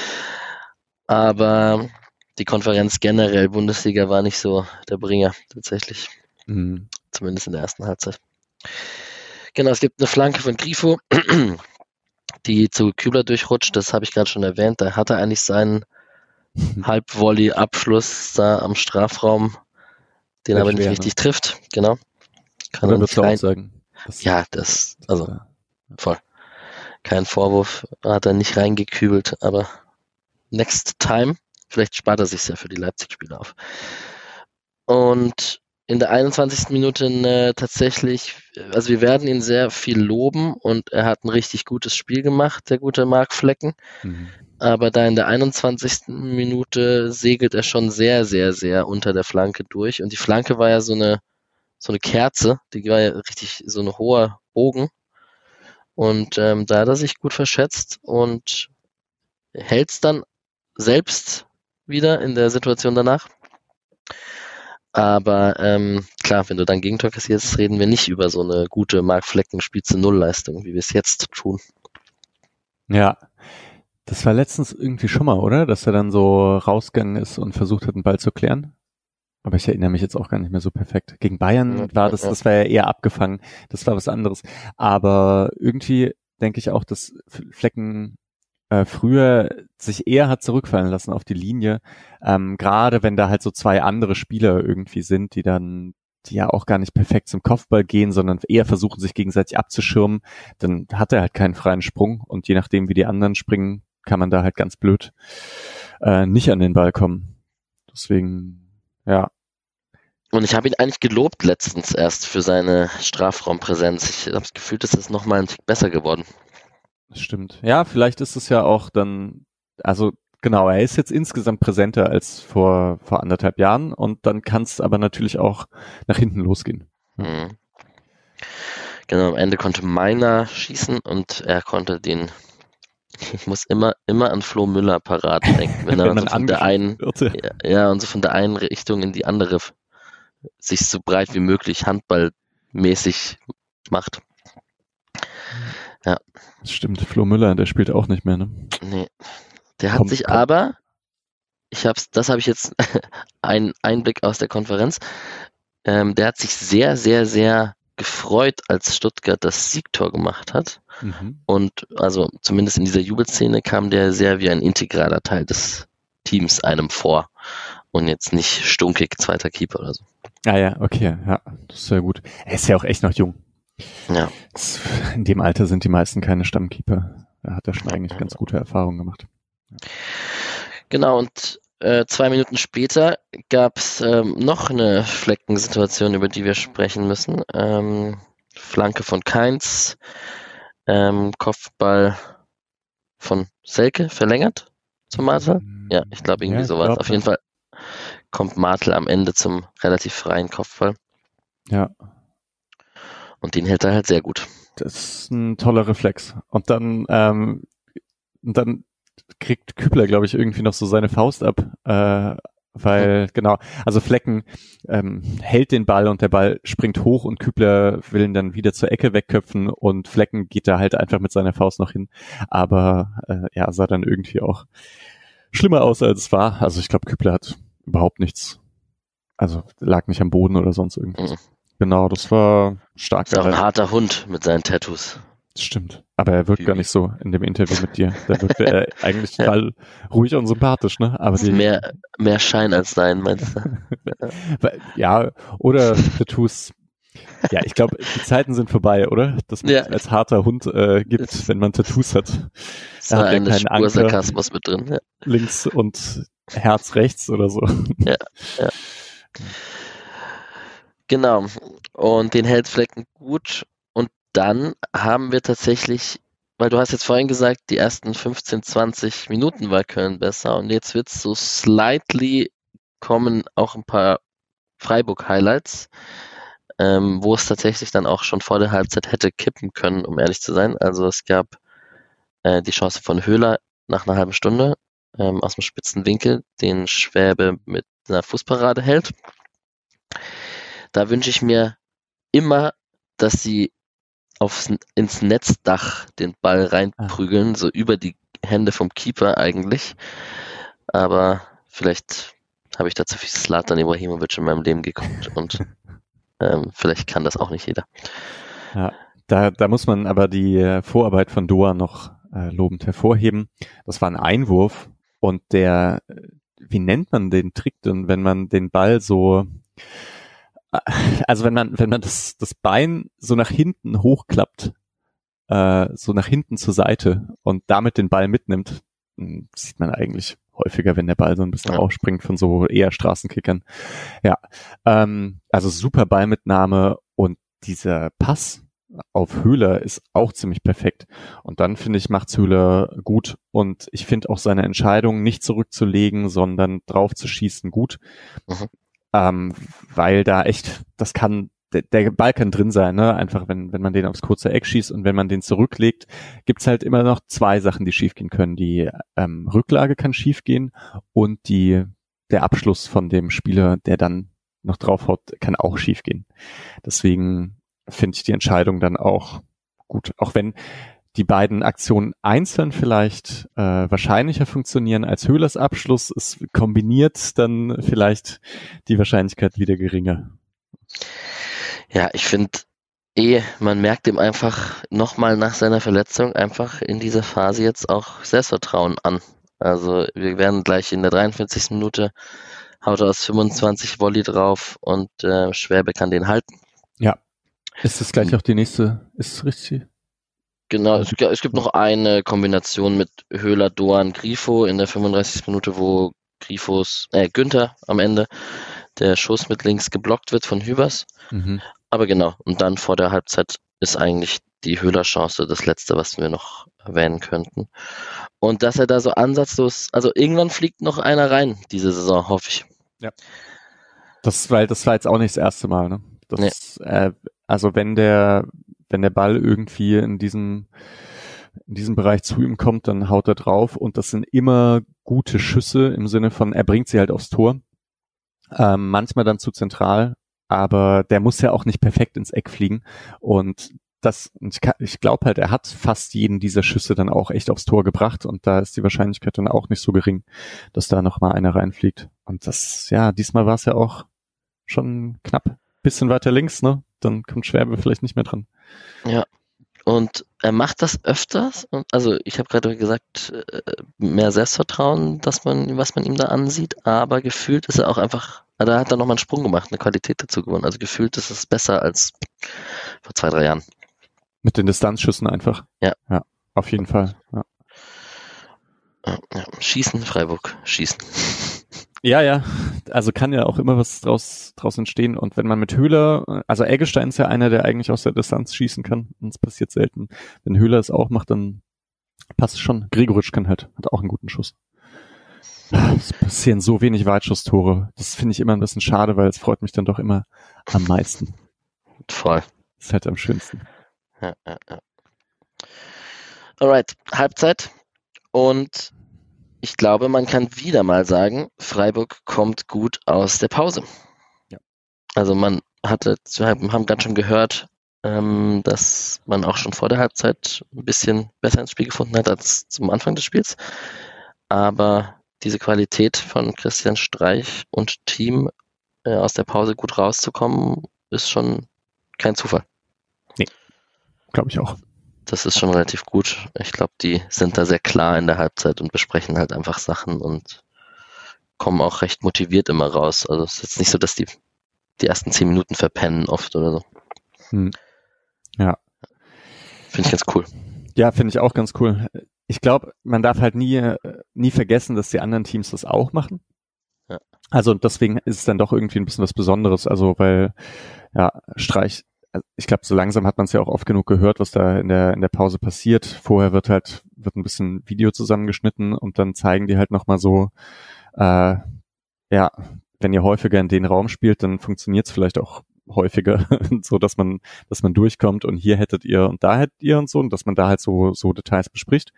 Aber die Konferenz generell, Bundesliga, war nicht so der Bringer, tatsächlich. Mhm. Zumindest in der ersten Halbzeit. Genau, es gibt eine Flanke von Grifo, die zu Kübler durchrutscht, das habe ich gerade schon erwähnt. Da hat er eigentlich seinen Halbvolley-Abschluss da am Strafraum, den Sehr aber nicht schwer, richtig ne? trifft. Genau. Kann Oder er würdest nicht du rein. auch sagen? Das, Ja, das, also ja. voll. Kein Vorwurf, hat er nicht reingekübelt, aber next time, vielleicht spart er sich ja für die Leipzig-Spiele auf. Und in der einundzwanzigsten Minute äh, tatsächlich, also wir werden ihn sehr viel loben und er hat ein richtig gutes Spiel gemacht, der gute Marc Flecken. Mhm. Aber da in der einundzwanzigsten Minute segelt er schon sehr, sehr, sehr unter der Flanke durch. Und die Flanke war ja so eine, so eine Kerze, die war ja richtig so ein hoher Bogen. Und ähm, da hat er sich gut verschätzt und hält es dann selbst wieder in der Situation danach. Aber ähm, klar, wenn du dann Gegentor kassierst, reden wir nicht über so eine gute Marc Flecken Spitze Null-Leistung, wie wir es jetzt tun. Ja, das war letztens irgendwie schon mal, oder? Dass er dann so rausgegangen ist und versucht hat, einen Ball zu klären. Aber ich erinnere mich jetzt auch gar nicht mehr so perfekt. Gegen Bayern Ja, war das, ja. das war ja eher abgefangen. Das war was anderes. Aber irgendwie denke ich auch, dass Flecken äh, früher sich eher hat zurückfallen lassen auf die Linie. Ähm, gerade wenn da halt so zwei andere Spieler irgendwie sind, die dann, die ja auch gar nicht perfekt zum Kopfball gehen, sondern eher versuchen, sich gegenseitig abzuschirmen, dann hat er halt keinen freien Sprung. Und je nachdem, wie die anderen springen, kann man da halt ganz blöd äh, nicht an den Ball kommen. Deswegen, ja. Und ich habe ihn eigentlich gelobt letztens erst für seine Strafraumpräsenz. Ich habe das Gefühl, das ist nochmal ein Tick besser geworden. Das stimmt. Ja, vielleicht ist es ja auch dann, also genau, er ist jetzt insgesamt präsenter als vor, vor anderthalb Jahren und dann kann es aber natürlich auch nach hinten losgehen. Mhm. Genau, am Ende konnte Meiner schießen und er konnte den, ich muss immer, immer an Flo Müller parat denken, wenn, Wenn er man so von der einen, wird. ja, ja, und so von der einen Richtung in die andere sich so breit wie möglich handballmäßig macht. Ja. Das stimmt, Flo Müller, der spielt auch nicht mehr, ne? Nee. Der hat Kommt, sich kommt. aber, ich hab's, das habe ich jetzt einen Einblick aus der Konferenz, ähm, der hat sich sehr, sehr, sehr gefreut, als Stuttgart das Siegtor gemacht hat. Mhm. Und also zumindest in dieser Jubelszene kam der sehr wie ein integraler Teil des Teams einem vor und jetzt nicht stunkig zweiter Keeper oder so. Ah ja, okay, ja, das ist sehr gut. Er ist ja auch echt noch jung. Ja. Das, in dem Alter sind die meisten keine Stammkeeper. Da hat er schon eigentlich ganz gute Erfahrungen gemacht. Genau, und äh, zwei Minuten später gab es ähm, noch eine Fleckensituation, über die wir sprechen müssen. Ähm, Flanke von Kainz, ähm, Kopfball von Selke verlängert zum Martel. Ja, ich glaube irgendwie Ja, ich sowas. glaub, Auf jeden ja. Fall kommt Martel am Ende zum relativ freien Kopfball Ja, und den hält er halt sehr gut. das ist ein toller Reflex. Und dann, ähm, und dann kriegt Kübler, glaube ich, irgendwie noch so seine Faust ab, äh, weil, genau, also Flecken ähm, hält den Ball und der Ball springt hoch und Kübler will ihn dann wieder zur Ecke wegköpfen und Flecken geht da halt einfach mit seiner Faust noch hin. Aber äh, ja, sah dann irgendwie auch schlimmer aus, als es war. Also ich glaube, Kübler hat überhaupt nichts, also lag nicht am Boden oder sonst irgendwas. Mhm. Genau, das war stark. Ist auch ein gehalten. harter Hund mit seinen Tattoos. Stimmt. Aber er wirkt Wie- gar nicht so in dem Interview mit dir. Da wirkte er eigentlich Ja. total ruhig und sympathisch, ne? Aber die, Mehr, mehr Schein als Sein, meinst du? ja, oder Tattoos. Ja, ich glaube, die Zeiten sind vorbei, oder? Dass man Ja. sich als harter Hund äh, gibt, Das- wenn man Tattoos hat. Das Er war hat ja eine keinen Spur Anker. Sarkasmus mit drin. Ja. Links und Herz rechts oder so. Genau. Und den hält Flecken gut. Und dann haben wir tatsächlich, weil du hast jetzt vorhin gesagt, die ersten fünfzehn, zwanzig Minuten war Köln besser. Und jetzt wird es so slightly kommen auch ein paar Freiburg-Highlights, ähm, wo es tatsächlich dann auch schon vor der Halbzeit hätte kippen können, um ehrlich zu sein. Also es gab äh, die Chance von Höhler nach einer halben Stunde ähm, aus dem spitzen Winkel, den Schwäbe mit einer Fußparade hält. Da wünsche ich mir immer, dass sie aufs, ins Netzdach den Ball reinprügeln, so über die Hände vom Keeper eigentlich. Aber vielleicht habe ich da zu viel Zlatan Ibrahimovic in meinem Leben geguckt und ähm, vielleicht kann das auch nicht jeder. Ja, da, da muss man aber die äh, Vorarbeit von Doha noch äh, lobend hervorheben. Das war ein Einwurf und der, äh, wie nennt man den Trick denn, wenn man den Ball so, äh, also wenn man, wenn man das, das Bein so nach hinten hochklappt, äh, so nach hinten zur Seite und damit den Ball mitnimmt, mh, sieht man eigentlich häufiger, wenn der Ball so ein bisschen Ja. aufspringt von so eher Straßenkickern. Ja, ähm, also super Ballmitnahme und dieser Pass auf Höhler ist auch ziemlich perfekt. Und dann, finde ich, macht's Höhler gut. Und ich finde auch seine Entscheidung, nicht zurückzulegen, sondern drauf zu schießen, gut. Mhm. Ähm, weil da echt, das kann, der, der Ball kann drin sein, ne? Einfach, wenn, wenn man den aufs kurze Eck schießt und wenn man den zurücklegt, gibt's halt immer noch zwei Sachen, die schiefgehen können. Die ähm, Rücklage kann schiefgehen und die, der Abschluss von dem Spieler, der dann noch draufhaut, kann auch schiefgehen. Deswegen finde ich die Entscheidung dann auch gut. Auch wenn die beiden Aktionen einzeln vielleicht äh, wahrscheinlicher funktionieren als Höhlers Abschluss, ist kombiniert dann vielleicht die Wahrscheinlichkeit wieder geringer. Ja, ich finde eh, man merkt ihm einfach nochmal nach seiner Verletzung einfach in dieser Phase jetzt auch Selbstvertrauen an. Also wir werden gleich in der dreiundvierzigsten Minute haut er aus fünfundzwanzig Volley drauf und äh, Schwäbe kann den halten. Ja. Ist das gleich auch die nächste? Ist es richtig? Genau, es, es gibt noch eine Kombination mit Höhler, Doan, Grifo in der fünfunddreißigsten Minute, wo Grifos, äh, Günther am Ende der Schuss mit links geblockt wird von Hübers. Mhm. Aber genau, und dann vor der Halbzeit ist eigentlich die Höhler-Chance das Letzte, was wir noch erwähnen könnten. Und dass er da so ansatzlos, also irgendwann fliegt noch einer rein diese Saison, hoffe ich. Ja. Das, weil das war jetzt auch nicht das erste Mal, ne? Das, Nee. äh, also wenn der, wenn der Ball irgendwie in diesem, in diesem Bereich zu ihm kommt, dann haut er drauf und das sind immer gute Schüsse im Sinne von, er bringt sie halt aufs Tor. Ähm, manchmal dann zu zentral, aber der muss ja auch nicht perfekt ins Eck fliegen und das, ich, ich glaube halt, er hat fast jeden dieser Schüsse dann auch echt aufs Tor gebracht und da ist die Wahrscheinlichkeit dann auch nicht so gering, dass da noch mal einer reinfliegt. Und das, ja, diesmal war es ja auch schon knapp. Bisschen weiter links, ne? Dann kommt Schwäbe vielleicht nicht mehr dran. Ja, und er macht das öfters. Und also ich habe gerade gesagt, äh, mehr Selbstvertrauen, dass man, was man ihm da ansieht, aber gefühlt ist er auch einfach, da hat er nochmal einen Sprung gemacht, eine Qualität dazu gewonnen. Also gefühlt ist es besser als vor zwei, drei Jahren. Mit den Distanzschüssen einfach. Ja. Ja, auf jeden Fall. Ja. Ja, ja. Schießen, Freiburg, schießen. Ja, ja, also kann ja auch immer was draus, draus entstehen. Und wenn man mit Höhler, also Eggestein ist ja einer, der eigentlich aus der Distanz schießen kann. Und es passiert selten. Wenn Höhler es auch macht, dann passt es schon. Gregoritsch kann halt, hat auch einen guten Schuss. Es passieren so wenig Weitschusstore. Das finde ich immer ein bisschen schade, weil es freut mich dann doch immer am meisten. Voll. Das ist halt am schönsten. Ja, ja, ja. Alright, Halbzeit. Und ich glaube, man kann wieder mal sagen, Freiburg kommt gut aus der Pause. Ja. Also man hatte, wir haben gerade schon gehört, ähm, dass man auch schon vor der Halbzeit ein bisschen besser ins Spiel gefunden hat als zum Anfang des Spiels. Aber diese Qualität von Christian Streich und Team äh, aus der Pause gut rauszukommen, ist schon kein Zufall. Nee, glaube ich auch. Das ist schon relativ gut. Ich glaube, die sind da sehr klar in der Halbzeit und besprechen halt einfach Sachen und kommen auch recht motiviert immer raus. Also es ist jetzt nicht so, dass die die ersten zehn Minuten verpennen oft oder so. Hm. Ja. Finde ich ganz cool. Ja, finde ich auch ganz cool. Ich glaube, man darf halt nie, nie vergessen, dass die anderen Teams das auch machen. Ja. Also deswegen ist es dann doch irgendwie ein bisschen was Besonderes. Also weil, ja, Streich, ich glaube, so langsam hat man es ja auch oft genug gehört, was da in der in der Pause passiert. Vorher wird halt wird ein bisschen Video zusammengeschnitten und dann zeigen die halt nochmal so, äh, ja, wenn ihr häufiger in den Raum spielt, dann funktioniert es vielleicht auch häufiger, so dass man dass man durchkommt und hier hättet ihr und da hättet ihr und so und dass man da halt so so Details bespricht.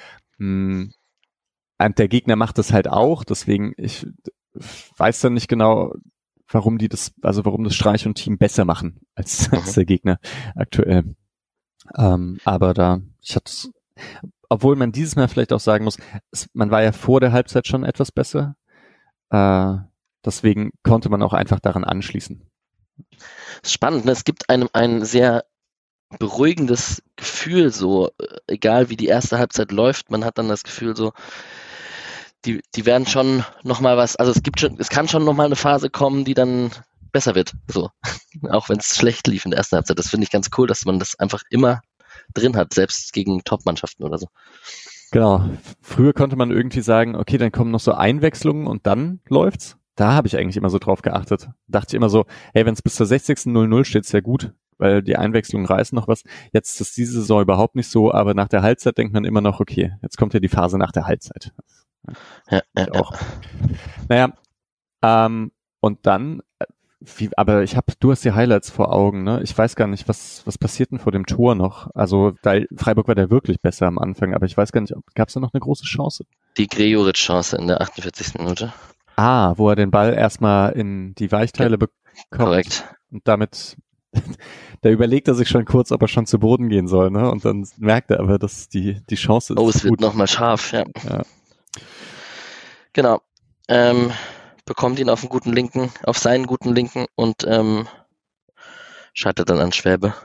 Und der Gegner macht das halt auch, deswegen ich weiß dann nicht genau, warum die das, also warum das Streich und Team besser machen als, mhm. als der Gegner aktuell. Ähm, aber da, ich hatte, obwohl man dieses Mal vielleicht auch sagen muss, es, man war ja vor der Halbzeit schon etwas besser. Äh, deswegen konnte man auch einfach daran anschließen. Spannend, ne? Es gibt einem ein sehr beruhigendes Gefühl, so egal wie die erste Halbzeit läuft, man hat dann das Gefühl so, die, die werden schon nochmal was, also es gibt schon, es kann schon nochmal eine Phase kommen, die dann besser wird, so. Auch wenn es schlecht lief in der ersten Halbzeit. Das finde ich ganz cool, dass man das einfach immer drin hat, selbst gegen Top-Mannschaften oder so. Genau. Früher konnte man irgendwie sagen, okay, dann kommen noch so Einwechslungen und dann läuft's. Da habe ich eigentlich immer so drauf geachtet. Dachte ich immer so, hey, wenn es bis zur sechzigsten null null steht, ist ja gut, weil die Einwechslungen reißen noch was. Jetzt ist diese Saison überhaupt nicht so, aber nach der Halbzeit denkt man immer noch, okay, jetzt kommt ja die Phase nach der Halbzeit. Ja, ja, auch. Ja. Naja, ähm, und dann, wie, aber ich habe, du hast die Highlights vor Augen, ne? Ich weiß gar nicht, was was passiert denn vor dem Tor noch? Also da, Freiburg war da wirklich besser am Anfang, aber ich weiß gar nicht, gab es da noch eine große Chance? Die Gregoritsch-Chance in der achtundvierzigsten Minute. Ah, wo er den Ball erstmal in die Weichteile ja, bekommt. Korrekt. Und damit, da überlegt er sich schon kurz, ob er schon zu Boden gehen soll, ne? Und dann merkt er aber, dass die die Chance ist. Oh, es wird nochmal scharf, ja. ja. Genau. Ähm, bekommt ihn auf einen guten Linken, auf seinen guten Linken und ähm, scheitert dann an Schwäbe.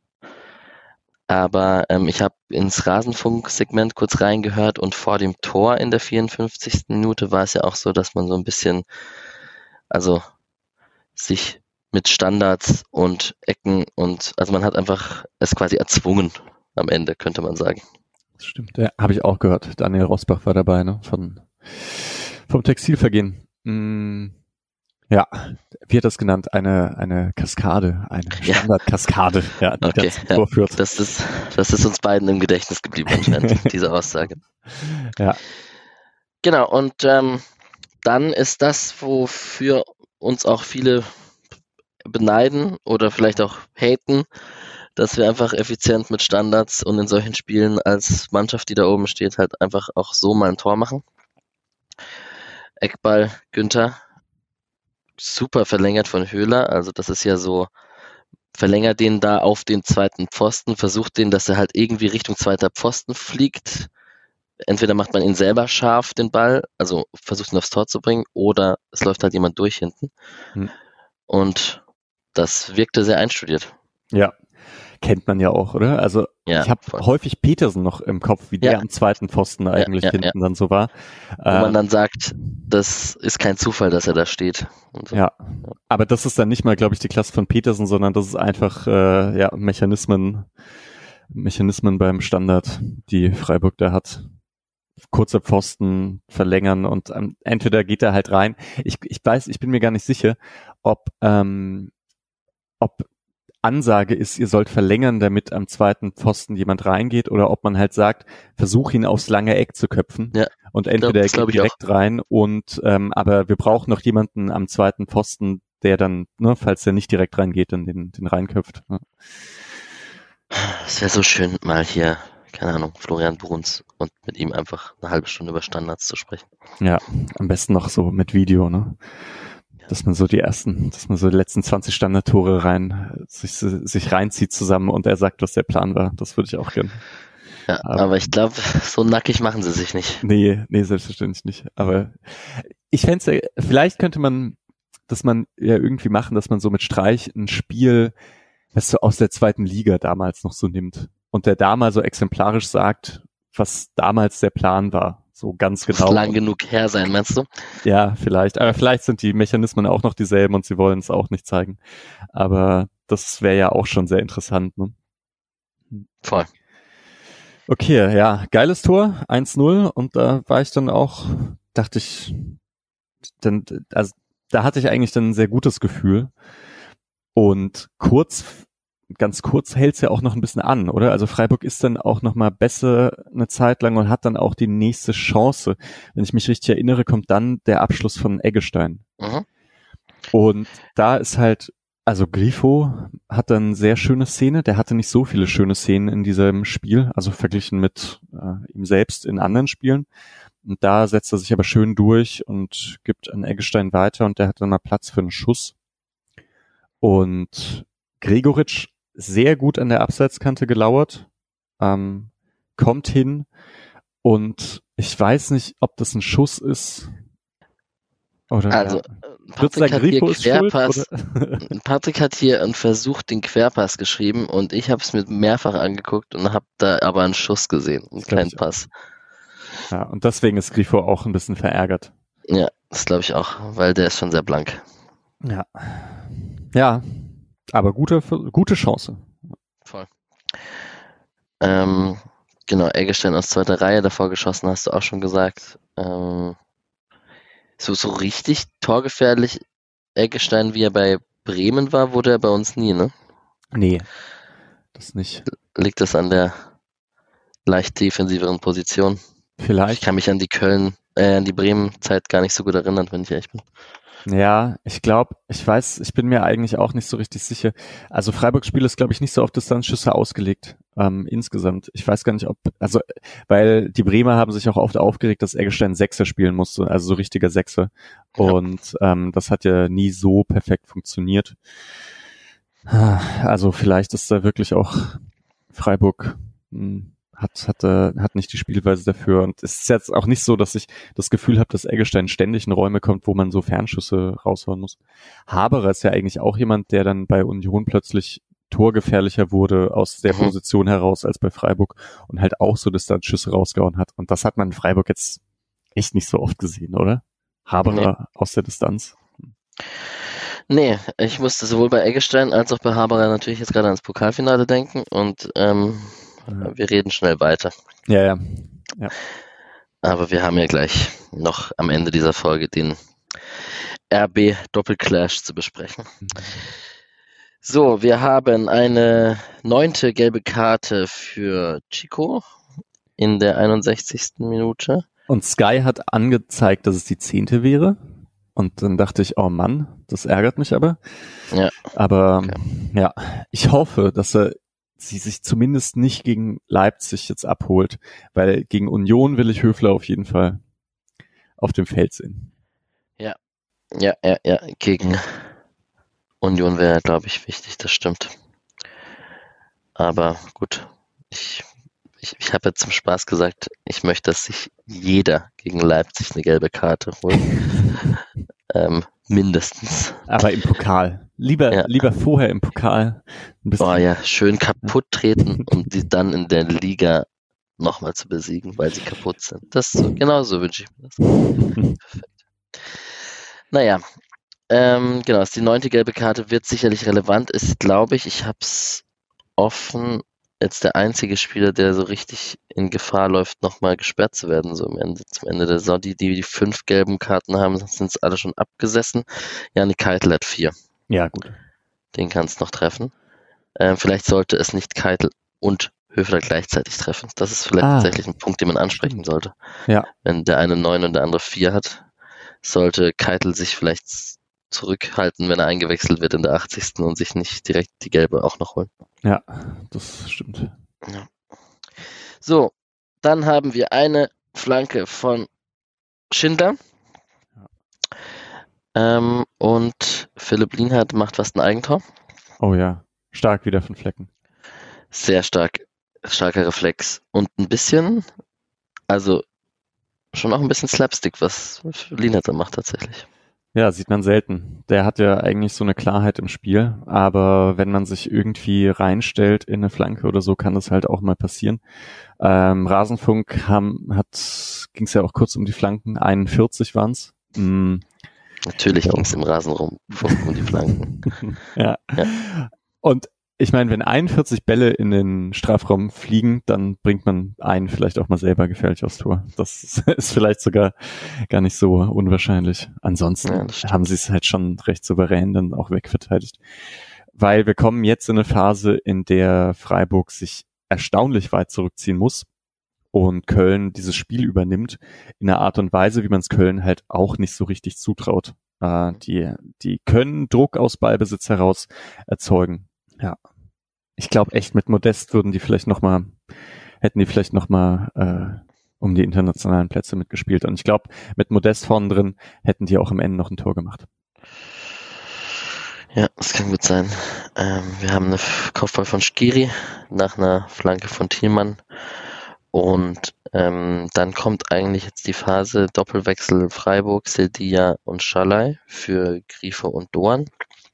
Aber ähm, ich habe ins Rasenfunk-Segment kurz reingehört und vor dem Tor in der vierundfünfzigsten Minute war es ja auch so, dass man so ein bisschen, also sich mit Standards und Ecken und, also man hat einfach es quasi erzwungen am Ende, könnte man sagen. Das stimmt, ja, habe ich auch gehört. Daniel Rosbach war dabei, ne, von vom Textilvergehen. Hm. Ja, wie hat das genannt? Eine eine Kaskade, eine Standardkaskade, ja, die okay, dazu vorführt. Ja, das ist das ist uns beiden im Gedächtnis geblieben anscheinend, diese Aussage. Ja. Genau, und ähm, dann ist das, wofür uns auch viele beneiden oder vielleicht auch haten, dass wir einfach effizient mit Standards und in solchen Spielen als Mannschaft, die da oben steht, halt einfach auch so mal ein Tor machen. Eckball, Günther, super verlängert von Höhler, also das ist ja so, verlängert den da auf den zweiten Pfosten, versucht den, dass er halt irgendwie Richtung zweiter Pfosten fliegt. Entweder macht man ihn selber scharf, den Ball, also versucht ihn aufs Tor zu bringen, oder es läuft halt jemand durch hinten. Hm. Und das wirkte sehr einstudiert. Ja, kennt man ja auch, oder? Also ja, ich habe häufig Petersen noch im Kopf, wie der ja. am zweiten Pfosten eigentlich ja, ja, hinten ja. dann so war. Wo äh, man dann sagt, das ist kein Zufall, dass er da steht. Und so. Ja, aber das ist dann nicht mal, glaube ich, die Klasse von Petersen, sondern das ist einfach äh, ja Mechanismen, Mechanismen beim Standard, die Freiburg da hat. kurzer Pfosten verlängern und ähm, entweder geht er halt rein. Ich, ich weiß, ich bin mir gar nicht sicher, ob, ähm, ob Ansage ist, ihr sollt verlängern, damit am zweiten Pfosten jemand reingeht, oder ob man halt sagt, versuch ihn aufs lange Eck zu köpfen. Ja, und entweder er geht direkt auch. rein und ähm, aber wir brauchen noch jemanden am zweiten Pfosten, der dann, ne, falls er nicht direkt reingeht, dann den, den reinköpft. Ne? Es wäre so schön, mal hier, keine Ahnung, Florian Bruns und mit ihm einfach eine halbe Stunde über Standards zu sprechen. Ja, am besten noch so mit Video, ne? Dass man so die ersten, dass man so die letzten zwanzig Standardtore rein, sich, sich reinzieht zusammen und er sagt, was der Plan war. Das würde ich auch gern. Ja, aber, aber ich glaube, so nackig machen sie sich nicht. Nee, nee, selbstverständlich nicht. Aber ich fände es, vielleicht könnte man, dass man ja irgendwie machen, dass man so mit Streich ein Spiel, was so aus der zweiten Liga damals noch so nimmt und der da mal so exemplarisch sagt, was damals der Plan war. So ganz genau. Muss lang genug her sein, meinst du? Ja, vielleicht. Aber vielleicht sind die Mechanismen auch noch dieselben und sie wollen es auch nicht zeigen. Aber das wäre ja auch schon sehr interessant. Ne? Voll. Okay, ja, geiles Tor, eins null und da war ich dann auch, dachte ich, dann, also da hatte ich eigentlich dann ein sehr gutes Gefühl. Und kurz, ganz kurz hält es ja auch noch ein bisschen an, oder? Also Freiburg ist dann auch noch mal besser eine Zeit lang und hat dann auch die nächste Chance. Wenn ich mich richtig erinnere, kommt dann der Abschluss von Eggestein. Mhm. Und da ist halt, also Grifo hat dann eine sehr schöne Szene. Der hatte nicht so viele schöne Szenen in diesem Spiel, also verglichen mit äh, ihm selbst in anderen Spielen. Und da setzt er sich aber schön durch und gibt an Eggestein weiter und der hat dann mal Platz für einen Schuss. Und Gregoritsch sehr gut an der Abseitskante gelauert, ähm, kommt hin und ich weiß nicht, ob das ein Schuss ist oder also ja. Patrick, hat hier Querpass, schuld, Patrick hat hier einen Versuch den Querpass geschrieben und ich habe es mir mehrfach angeguckt und habe da aber einen Schuss gesehen und keinen Pass. Ja, und deswegen ist Grifo auch ein bisschen verärgert. Ja, das glaube ich auch, weil der ist schon sehr blank. Ja. Ja, aber gute, gute Chance. Voll. Ähm, genau, Eggestein aus zweiter Reihe davor geschossen, hast du auch schon gesagt. Ähm, so, so richtig torgefährlich Eggestein, wie er bei Bremen war, wurde er bei uns nie, ne? Nee, das nicht. Liegt das an der leicht defensiveren Position? Vielleicht. Ich kann mich an die Köln, äh, an die Bremen-Zeit gar nicht so gut erinnern, wenn ich ehrlich bin. Ja, ich glaube, ich weiß, ich bin mir eigentlich auch nicht so richtig sicher. Also Freiburgs Spiel ist, glaube ich, nicht so auf Distanzschüsse ausgelegt, ähm, insgesamt. Ich weiß gar nicht, ob, also, weil die Bremer haben sich auch oft aufgeregt, dass Eggestein Sechser spielen musste, also so richtiger Sechser. Und ähm, das hat ja nie so perfekt funktioniert. Also vielleicht ist da wirklich auch Freiburg mh, hat hat äh, hat nicht die Spielweise dafür und es ist jetzt auch nicht so, dass ich das Gefühl habe, dass Eggestein ständig in Räume kommt, wo man so Fernschüsse raushauen muss. Haberer ist ja eigentlich auch jemand, der dann bei Union plötzlich torgefährlicher wurde aus der Position heraus als bei Freiburg und halt auch so Distanzschüsse rausgehauen hat und das hat man in Freiburg jetzt echt nicht so oft gesehen, oder? Haberer nee. Aus der Distanz. Nee, ich musste sowohl bei Eggestein als auch bei Haberer natürlich jetzt gerade ans Pokalfinale denken und ähm, ja. wir reden schnell weiter. Ja, ja, ja. Aber wir haben ja gleich noch am Ende dieser Folge den R B-Doppelclash zu besprechen. Mhm. So, wir haben eine neunte gelbe Karte für Chico in der einundsechzigsten Minute. Und Sky hat angezeigt, dass es die zehnte wäre. Und dann dachte ich, oh Mann, das ärgert mich aber. Ja. Aber okay. ja, ich hoffe, dass er sie sich zumindest nicht gegen Leipzig jetzt abholt, weil gegen Union will ich Höfler auf jeden Fall auf dem Feld sehen. Ja, ja, ja, ja, gegen Union wäre, glaube ich, wichtig, das stimmt. Aber gut, ich, ich, ich habe jetzt zum Spaß gesagt, ich möchte, dass sich jeder gegen Leipzig eine gelbe Karte holt. ähm, mindestens. Aber im Pokal. Lieber, ja. lieber vorher im Pokal. Ein bisschen. Oh ja, schön kaputt treten, um die dann in der Liga nochmal zu besiegen, weil sie kaputt sind. Das so, genau so wünsche ich mir das. Perfekt. Naja, ähm, genau, die neunte gelbe Karte wird sicherlich relevant. Ist, glaube ich, ich habe es offen, jetzt der einzige Spieler, der so richtig in Gefahr läuft, nochmal gesperrt zu werden, so am Ende, zum Ende der Saison. Die, die die fünf gelben Karten haben, sind es alle schon abgesessen. Janik Keitel hat vier. Ja, gut. Den kannst du noch treffen. Ähm, vielleicht sollte es nicht Keitel und Höfler gleichzeitig treffen. Das ist vielleicht ah. tatsächlich ein Punkt, den man ansprechen sollte. Ja. Wenn der eine neun und der andere vier hat, sollte Keitel sich vielleicht zurückhalten, wenn er eingewechselt wird in der achtzigsten und sich nicht direkt die gelbe auch noch holen. Ja, das stimmt. Ja. So, dann haben wir eine Flanke von Schindler. Ja. Ähm, und Philipp Lienhardt macht fast ein Eigentor. Oh ja, stark wieder von Flecken. Sehr stark, starker Reflex. Und ein bisschen, also schon auch ein bisschen Slapstick, was Lienhardt da macht tatsächlich. Ja, sieht man selten. Der hat ja eigentlich so eine Klarheit im Spiel, aber wenn man sich irgendwie reinstellt in eine Flanke oder so, kann das halt auch mal passieren. Ähm, Rasenfunk haben, hat, ging es ja auch kurz um die Flanken, einundvierzig waren es. Mhm. Natürlich ging es im Rasenfunk um die Flanken. ja. ja. Und ich meine, wenn einundvierzig Bälle in den Strafraum fliegen, dann bringt man einen vielleicht auch mal selber gefährlich aufs Tor. Das ist vielleicht sogar gar nicht so unwahrscheinlich. Ansonsten ja, haben sie es halt schon recht souverän dann auch wegverteidigt. Weil wir kommen jetzt in eine Phase, in der Freiburg sich erstaunlich weit zurückziehen muss und Köln dieses Spiel übernimmt in einer Art und Weise, wie man es Köln halt auch nicht so richtig zutraut. Äh, die, die können Druck aus Ballbesitz heraus erzeugen. Ja. Ich glaube echt, mit Modest würden die vielleicht noch mal, hätten die vielleicht noch mal äh, um die internationalen Plätze mitgespielt. Und ich glaube, mit Modest vorne drin hätten die auch am Ende noch ein Tor gemacht. Ja, das kann gut sein. Ähm, wir haben eine Kopfball von Skiri nach einer Flanke von Thielmann. Und ähm, dann kommt eigentlich jetzt die Phase Doppelwechsel Freiburg, Sildia und Schalay für Grifo und Doan.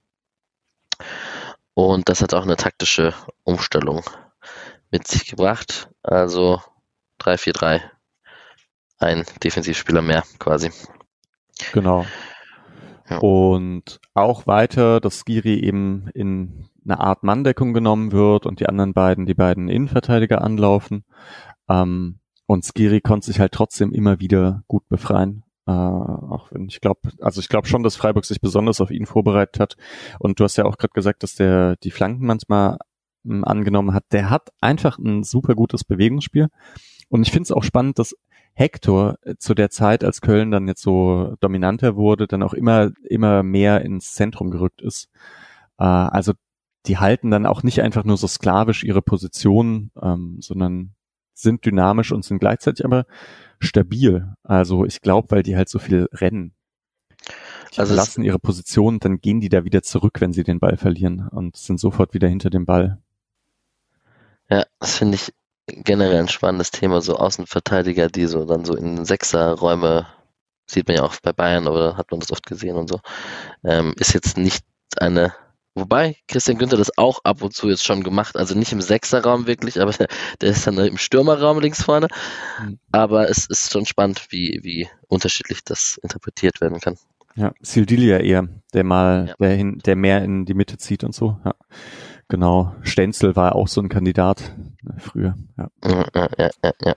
Und das hat auch eine taktische Umstellung mit sich gebracht. Also drei vier drei. Ein Defensivspieler mehr quasi. Genau. Ja. Und auch weiter, dass Skiri eben in eine Art Manndeckung genommen wird und die anderen beiden, die beiden Innenverteidiger anlaufen. Ähm, und Skiri konnte sich halt trotzdem immer wieder gut befreien. Uh, auch wenn ich glaube, also ich glaube schon, dass Freiburg sich besonders auf ihn vorbereitet hat. Und du hast ja auch gerade gesagt, dass der die Flanken manchmal m, angenommen hat. Der hat einfach ein super gutes Bewegungsspiel. Und ich finde es auch spannend, dass Hector zu der Zeit, als Köln dann jetzt so dominanter wurde, dann auch immer immer mehr ins Zentrum gerückt ist. Uh, also die halten dann auch nicht einfach nur so sklavisch ihre Position, ähm, sondern sind dynamisch und sind gleichzeitig aber stabil. Also ich glaube, weil die halt so viel rennen. Die also verlassen ihre Position, dann gehen die da wieder zurück, wenn sie den Ball verlieren und sind sofort wieder hinter dem Ball. Ja, das finde ich generell ein spannendes Thema, so Außenverteidiger, die so dann so in Sechserräume, sieht man ja auch bei Bayern, oder hat man das oft gesehen und so, ähm, ist jetzt nicht eine. Wobei Christian Günther das auch ab und zu jetzt schon gemacht, also nicht im Sechserraum wirklich, aber der, der ist dann im Stürmerraum links vorne. Mhm. Aber es ist schon spannend, wie, wie unterschiedlich das interpretiert werden kann. Ja, Sildilia eher, der mal, ja. der, hin, der mehr in die Mitte zieht und so. Ja, genau. Stenzel war auch so ein Kandidat äh, früher. Ja, ja, ja, ja. ja.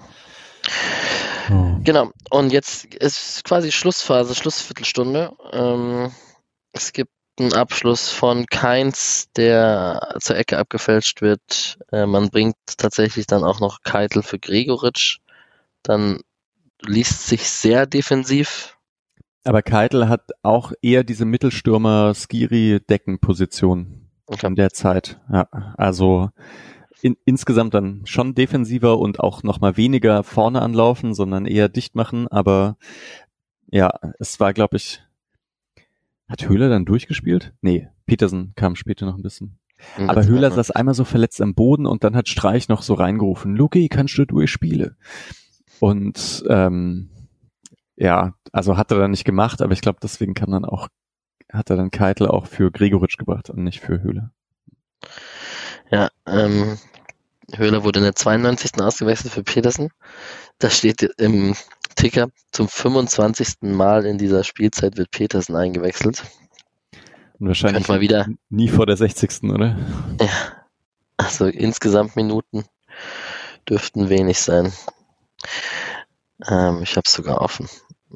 Oh. Genau. Und jetzt ist quasi Schlussphase, Schlussviertelstunde. Ähm, es gibt ein Abschluss von Kainz, der zur Ecke abgefälscht wird. Äh, man bringt tatsächlich dann auch noch Keitel für Gregoritsch. Dann liest sich sehr defensiv. Aber Keitel hat auch eher diese Mittelstürmer-Skiri-Deckenposition okay. in der Zeit. Ja, also in, insgesamt dann schon defensiver und auch nochmal weniger vorne anlaufen, sondern eher dicht machen. Aber ja, es war, glaube ich, hat Höhler dann durchgespielt? Nee, Petersen kam später noch ein bisschen. Mhm, aber Höhler saß einmal so verletzt am Boden und dann hat Streich noch so reingerufen, Luki, kannst du durchspielen? Und ähm, ja, also hat er dann nicht gemacht, aber ich glaube, deswegen kann dann auch, hat er dann Keitel auch für Gregoritsch gebracht und nicht für Höhler. Ja, ähm, Höhler wurde in der zweiundneunzigsten ausgewechselt für Petersen. Da steht im Ticker, zum fünfundzwanzigsten Mal in dieser Spielzeit wird Petersen eingewechselt. Und wahrscheinlich mal wieder nie vor der sechzigsten oder? Ja. Also insgesamt Minuten dürften wenig sein. Ähm, ich habe es sogar offen.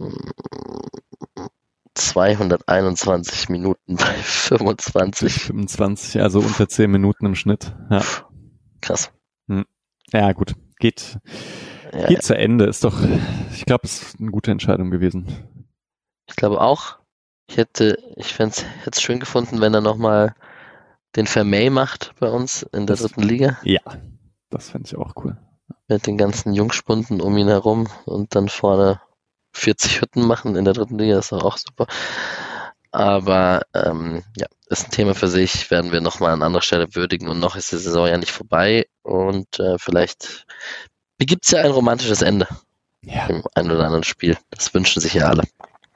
zweihunderteinundzwanzig Minuten bei fünfundzwanzig. fünfundzwanzig, also unter zehn Minuten im Schnitt. Ja. Krass. Hm. Ja, gut. Geht, Ja, geht zu Ende. Ist doch, ich glaube, es ist eine gute Entscheidung gewesen. ich glaube auch. Ich hätte, ich fände es schön gefunden, wenn er nochmal den Vermey macht bei uns in der Das- dritten Liga. Ja, das fände ich auch cool. Mit den ganzen Jungspunden um ihn herum und dann vorne vierzig Hütten machen in der dritten Liga, ist doch auch super. Aber ähm, ja, ist ein Thema für sich, werden wir nochmal an anderer Stelle würdigen und noch ist die Saison ja nicht vorbei und äh, vielleicht begibt es ja ein romantisches Ende Ja. im ein oder anderen Spiel. Das wünschen sich ja alle.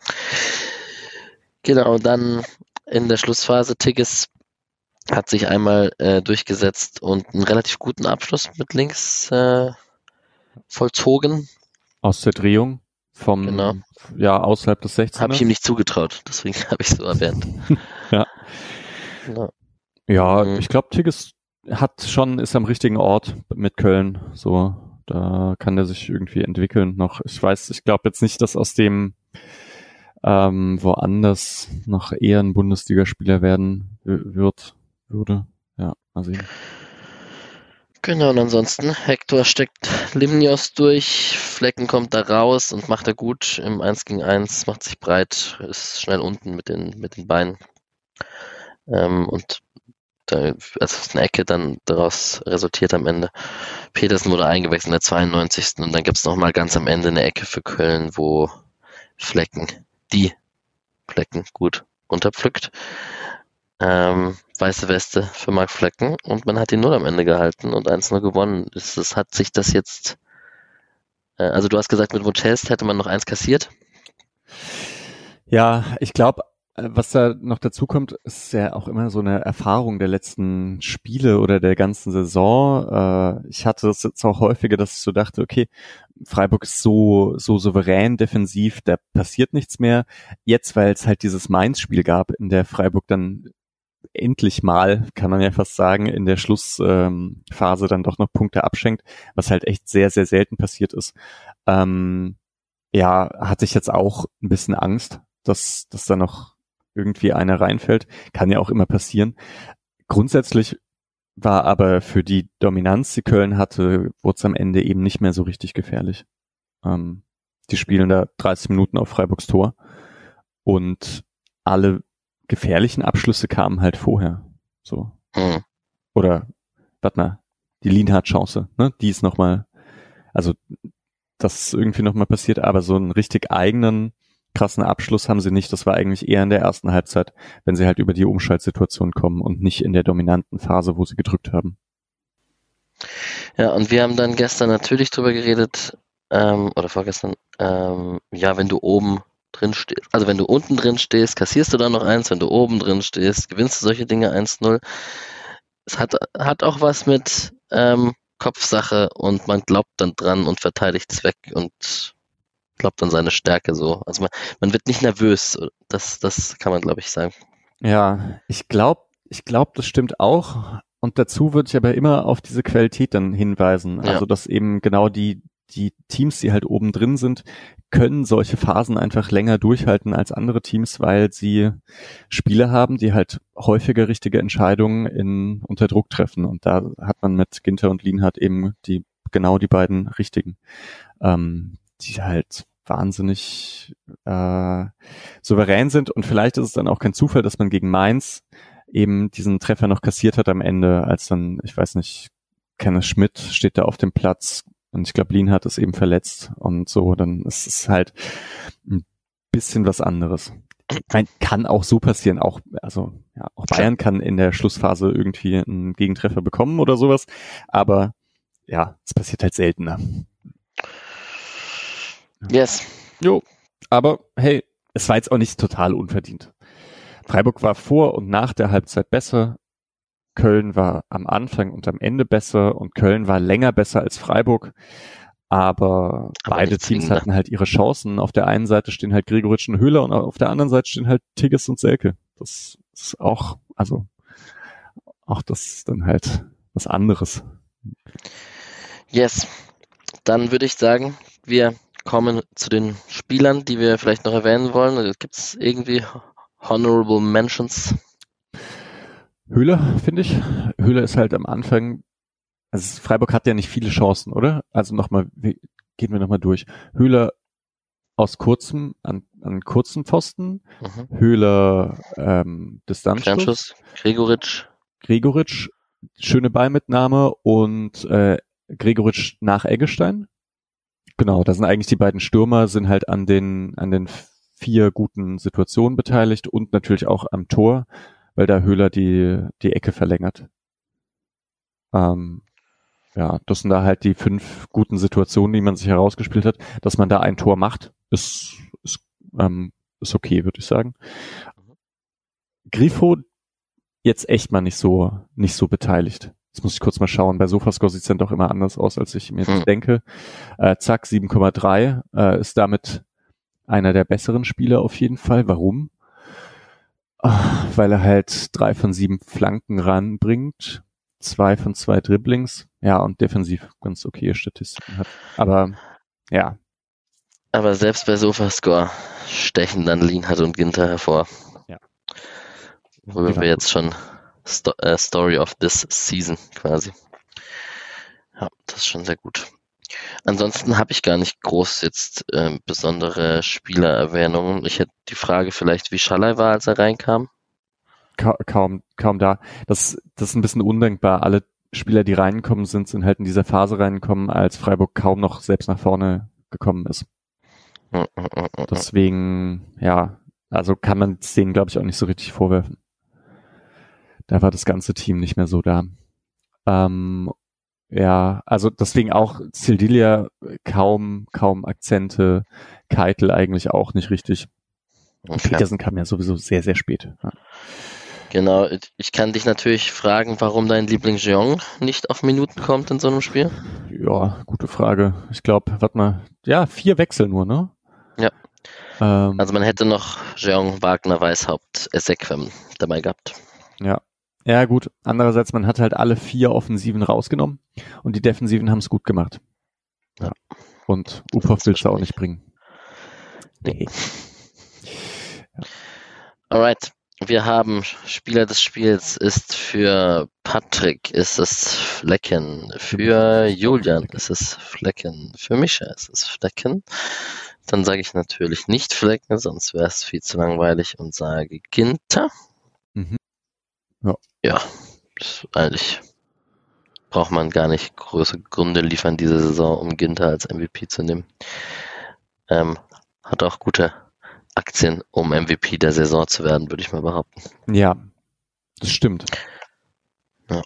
Genau, dann in der Schlussphase Tigges hat sich einmal äh, durchgesetzt und einen relativ guten Abschluss mit links äh, vollzogen. Aus der Drehung vom, Genau. ja, außerhalb des sechzehners. Habe ich ihm nicht zugetraut, deswegen habe ich es so erwähnt. Ja. Genau. Ja, Mhm. ich glaube, Tigges hat schon, ist am richtigen Ort mit Köln. So, da kann der sich irgendwie entwickeln noch. Ich weiß, ich glaube jetzt nicht, dass aus dem ähm, woanders noch eher ein Bundesligaspieler werden w- wird, würde. Ja, also Genau, und ansonsten, Hector steckt Limnios durch, Flecken kommt da raus und macht er gut im eins gegen eins, macht sich breit, ist schnell unten mit den, mit den Beinen. Ähm, und da, also eine Ecke dann daraus resultiert am Ende. Petersen wurde eingewechselt in der zweiundneunzigsten Und dann gibt es nochmal ganz am Ende eine Ecke für Köln, wo Flecken, die Flecken gut unterpflückt. Ähm, weiße Weste für Marc Flecken und man hat die Null am Ende gehalten und eins null gewonnen. Es, es hat sich das jetzt, äh, also du hast gesagt, mit Wunschest hätte man noch eins kassiert. ja, ich glaube, was da noch dazu kommt, ist ja auch immer so eine Erfahrung der letzten Spiele oder der ganzen Saison. Äh, ich hatte das jetzt auch häufiger, dass ich so dachte, okay, Freiburg ist so so souverän defensiv, da passiert nichts mehr. Jetzt, weil es halt dieses Mainz-Spiel gab, in der Freiburg dann endlich mal, kann man ja fast sagen, in der Schlussphase ähm, Phase dann doch noch Punkte abschenkt, was halt echt sehr, sehr selten passiert ist. Ähm, ja, hatte ich jetzt auch ein bisschen Angst, dass, dass da noch irgendwie einer reinfällt. Kann ja auch immer passieren. Grundsätzlich war aber für die Dominanz, die Köln hatte, wurde es am Ende eben nicht mehr so richtig gefährlich. Ähm, die spielen da dreißig Minuten auf Freiburgs Tor und alle gefährlichen Abschlüsse kamen halt vorher. So. Hm. Oder, warte mal, die Lienhardt-Chance, ne? Die ist nochmal, also das ist irgendwie nochmal passiert, aber so einen richtig eigenen, krassen Abschluss haben sie nicht. Das war eigentlich eher in der ersten Halbzeit, wenn sie halt über die Umschaltsituation kommen und nicht in der dominanten Phase, wo sie gedrückt haben. Ja, und wir haben dann gestern natürlich drüber geredet, ähm, oder vorgestern, ähm, ja, wenn du oben drin stehst, also wenn du unten drin stehst, kassierst du dann noch eins, wenn du oben drin stehst, gewinnst du solche Dinge eins null. Es hat, hat auch was mit ähm, Kopfsache und man glaubt dann dran und verteidigt es weg und glaubt an seine Stärke so. Also man, man wird nicht nervös, das, das kann man, glaube ich, sagen. Ja, ich glaube, ich glaube, das stimmt auch. Und dazu würde ich aber immer auf diese Qualität dann hinweisen. Ja. Also, dass eben genau die, die Teams, die halt oben drin sind, können solche Phasen einfach länger durchhalten als andere Teams, weil sie Spieler haben, die halt häufiger richtige Entscheidungen in, unter Druck treffen. Und da hat man mit Ginter und Lienhardt eben die, genau die beiden richtigen, ähm, die halt wahnsinnig äh, souverän sind. Und vielleicht ist es dann auch kein Zufall, dass man gegen Mainz eben diesen Treffer noch kassiert hat am Ende, als dann, ich weiß nicht, Kenneth Schmidt steht da auf dem Platz und ich glaube, Lienhardt ist eben verletzt und so, dann ist es halt ein bisschen was anderes. Ich meine, kann auch so passieren, auch, also, ja, auch Bayern kann in der Schlussphase irgendwie einen Gegentreffer bekommen oder sowas, aber ja, es passiert halt seltener. Yes. Jo, aber hey, es war jetzt auch nicht total unverdient. Freiburg war vor und nach der Halbzeit besser. Köln war am Anfang und am Ende besser und Köln war länger besser als Freiburg. Aber, aber beide Teams hatten halt ihre Chancen. Auf der einen Seite stehen halt Gregoritsch und Höhler und auf der anderen Seite stehen halt Tigges und Selke. Das ist auch, also, auch das dann halt was anderes. Yes. Dann würde ich sagen, wir kommen zu den Spielern, die wir vielleicht noch erwähnen wollen. Gibt es irgendwie Honorable Mentions? Höhle, finde ich. Höhle ist halt am Anfang, also Freiburg hat ja nicht viele Chancen, oder? Also nochmal, gehen wir nochmal durch. Höhle aus kurzem, an, an kurzen Pfosten, mhm. Höhle ähm, Distanzschuss, Gregoritsch. Gregoritsch, schöne Ballmitnahme und äh, Gregoritsch nach Eggestein. Genau, da sind eigentlich die beiden Stürmer, sind halt an den an den vier guten Situationen beteiligt und natürlich auch am Tor, weil da Höhler die die Ecke verlängert. Ähm, ja, das sind da halt die fünf guten Situationen, die man sich herausgespielt hat. Dass man da ein Tor macht, ist ist, ähm, ist okay, würde ich sagen. Grifo jetzt echt mal nicht so nicht so beteiligt. Jetzt muss ich kurz mal schauen. Bei Sofascore sieht es dann doch immer anders aus, als ich mir jetzt hm. denke. Äh, zack, sieben Komma drei äh, ist damit einer der besseren Spieler auf jeden Fall. Warum? Ach, weil er halt drei von sieben Flanken ranbringt, zwei von zwei Dribblings, ja, und defensiv ganz okay Statistiken hat. Aber, ja. Aber selbst bei Sofascore stechen dann Lienhardt und Ginter hervor. Ja. Worüber ja, wir jetzt schon Sto- äh, Story of this Season quasi. Ja, das ist schon sehr gut. Ansonsten habe ich gar nicht groß jetzt äh, besondere Spielererwähnungen. Ich hätte die Frage vielleicht, wie Schallei war, als er reinkam. Ka- kaum, kaum da. Das, das ist ein bisschen undenkbar. Alle Spieler, die reingekommen sind, sind halt in dieser Phase reingekommen, als Freiburg kaum noch selbst nach vorne gekommen ist. Mm, mm, mm, Deswegen, ja, also kann man es denen, glaube ich, auch nicht so richtig vorwerfen. Da war das ganze Team nicht mehr so da. Ähm, ja, also deswegen auch Sildilia kaum, kaum Akzente, Keitel eigentlich auch nicht richtig. Okay. Petersen kam ja sowieso sehr, sehr spät. Ja. Genau, ich kann dich natürlich fragen, warum dein Liebling Jeong nicht auf Minuten kommt in so einem Spiel? Ja, gute Frage. Ich glaube, warte mal, ja, vier Wechsel nur, ne? Ja. Ähm, also man hätte noch Jeong, Wagner, Weishaupt, Ezequem dabei gehabt. Ja. Ja, gut. Andererseits, man hat halt alle vier Offensiven rausgenommen und die Defensiven haben es gut gemacht. Ja. Und Uphoff willst du auch nicht bringen. Nee. Ja. Alright. Wir haben Spieler des Spiels ist für Patrick ist es Flecken, für Julian ist es Flecken, für Mischa ist es Flecken. Dann sage ich natürlich nicht Flecken, sonst wäre es viel zu langweilig und sage Ginter. Mhm. Ja. Ja, eigentlich braucht man gar nicht große Gründe liefern diese Saison, um Ginter als M V P zu nehmen. Ähm, hat auch gute Aktien, um M V P der Saison zu werden, würde ich mal behaupten. Ja, das stimmt. Ja,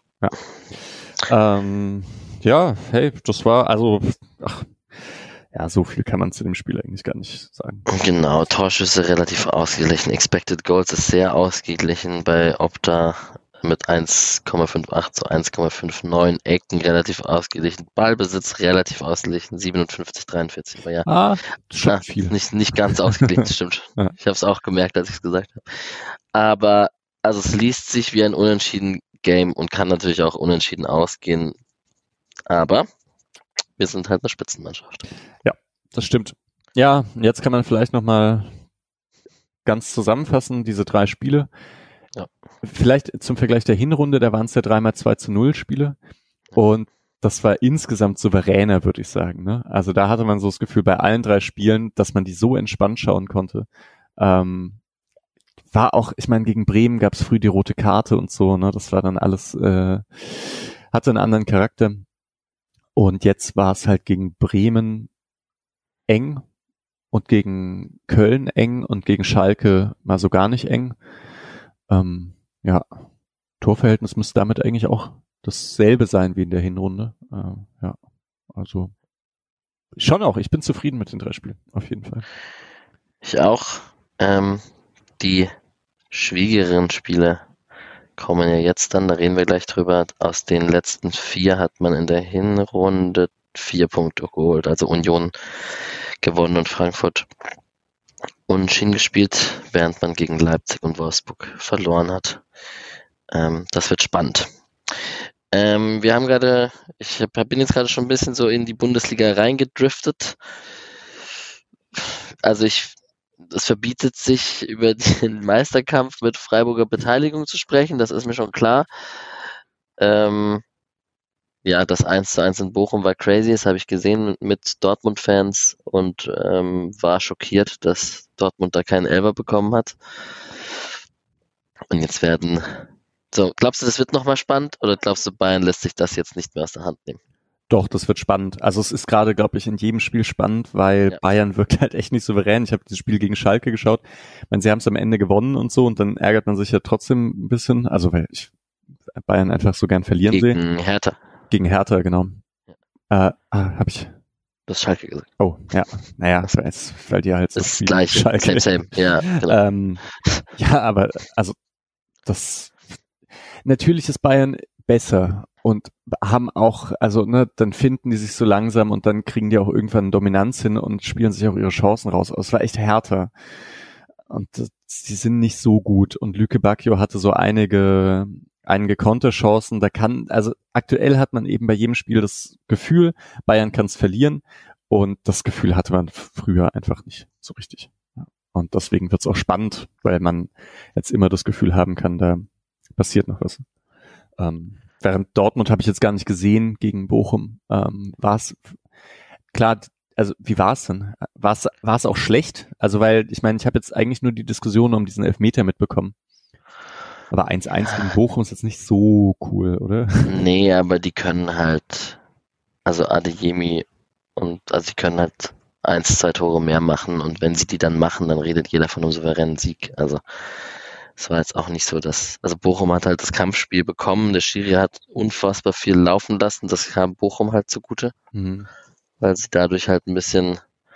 ja. Ähm, ja hey, das war also, ach, ja, so viel kann man zu dem Spiel eigentlich gar nicht sagen. Genau, Torschüsse relativ ausgeglichen, Expected Goals ist sehr ausgeglichen bei Opta mit eins Komma fünfundachtzig zu eins Komma neunundfünfzig, Ecken relativ ausgeglichen, Ballbesitz relativ ausgeglichen, siebenundfünfzig zu dreiundvierzig. Aber ja, ah, schon ah, viel. Nicht, nicht ganz ausgeglichen, stimmt. Ja. Ich habe es auch gemerkt, als ich es gesagt habe. Aber also es liest sich wie ein unentschieden Game und kann natürlich auch unentschieden ausgehen. Aber wir sind halt eine Spitzenmannschaft. Ja, das stimmt. Ja, jetzt kann man vielleicht nochmal ganz zusammenfassen, diese drei Spiele. Ja. Vielleicht zum Vergleich der Hinrunde, da waren es ja dreimal zwei zu null Spiele und das war insgesamt souveräner, würde ich sagen. Ne? Also da hatte man so das Gefühl bei allen drei Spielen, dass man die so entspannt schauen konnte. Ähm, war auch, ich meine, gegen Bremen gab es früh die rote Karte und so, ne? Das war dann alles, äh, hatte einen anderen Charakter. Und jetzt war es halt gegen Bremen eng und gegen Köln eng und gegen Schalke mal so gar nicht eng. Ähm, ja, Torverhältnis müsste damit eigentlich auch dasselbe sein wie in der Hinrunde. Äh, ja, also schon auch. Ich bin zufrieden mit den drei Spielen, auf jeden Fall. Ich auch. Ähm, die schwierigeren Spiele kommen ja jetzt dann, da reden wir gleich drüber. Aus den letzten vier hat man in der Hinrunde vier Punkte geholt, also Union gewonnen und Frankfurt unentschieden gespielt, während man gegen Leipzig und Wolfsburg verloren hat. Ähm, das wird spannend. Ähm, wir haben gerade, ich hab, bin jetzt gerade schon ein bisschen so in die Bundesliga reingedriftet. Also ich, es verbietet sich, über den Meisterkampf mit Freiburger Beteiligung zu sprechen, das ist mir schon klar. Ähm, ja, das eins zu eins in Bochum war crazy, das habe ich gesehen mit Dortmund-Fans und ähm, war schockiert, dass Dortmund da keinen Elfer bekommen hat. Und jetzt werden, so, glaubst du, das wird nochmal spannend oder glaubst du, Bayern lässt sich das jetzt nicht mehr aus der Hand nehmen? Doch, das wird spannend. Also es ist gerade, glaube ich, in jedem Spiel spannend, weil Ja. Bayern wirkt halt echt nicht souverän. Ich habe das Spiel gegen Schalke geschaut. Ich meine, sie haben es am Ende gewonnen und so und dann ärgert man sich ja trotzdem ein bisschen. Also weil ich Bayern einfach so gern verlieren sehe. Gegen Hertha. Gegen Hertha, genau. Ja. Äh, ah, habe ich. Du hast Schalke gesagt. Oh, ja. Naja, es fällt dir halt so Das viel gleiche. Schalke. Same, same. Ja, genau. Ähm, ja, aber also das natürlich ist Bayern besser und haben auch, also ne, dann finden die sich so langsam und dann kriegen die auch irgendwann Dominanz hin und spielen sich auch ihre Chancen raus. Aber es war echt härter. Und das, die sind nicht so gut. Und Lüke Bacchio hatte so einige, einige Konterchancen. Da kann, also aktuell hat man eben bei jedem Spiel das Gefühl, Bayern kann es verlieren. Und das Gefühl hatte man früher einfach nicht so richtig. Und deswegen wird es auch spannend, weil man jetzt immer das Gefühl haben kann, da passiert noch was. Ähm, während Dortmund habe ich jetzt gar nicht gesehen gegen Bochum. Ähm, war es klar, also wie war es denn? War es war es auch schlecht? Also weil, ich meine, ich habe jetzt eigentlich nur die Diskussion um diesen Elfmeter mitbekommen. Aber eins eins gegen Bochum ist jetzt nicht so cool, oder? Nee, aber die können halt, also Adeyemi und, also die können halt eins, zwei Tore mehr machen und wenn sie die dann machen, dann redet jeder von einem souveränen Sieg. Also es war jetzt auch nicht so, dass, also Bochum hat halt das Kampfspiel bekommen, der Schiri hat unfassbar viel laufen lassen, das kam Bochum halt zugute, Mhm. weil sie dadurch halt ein bisschen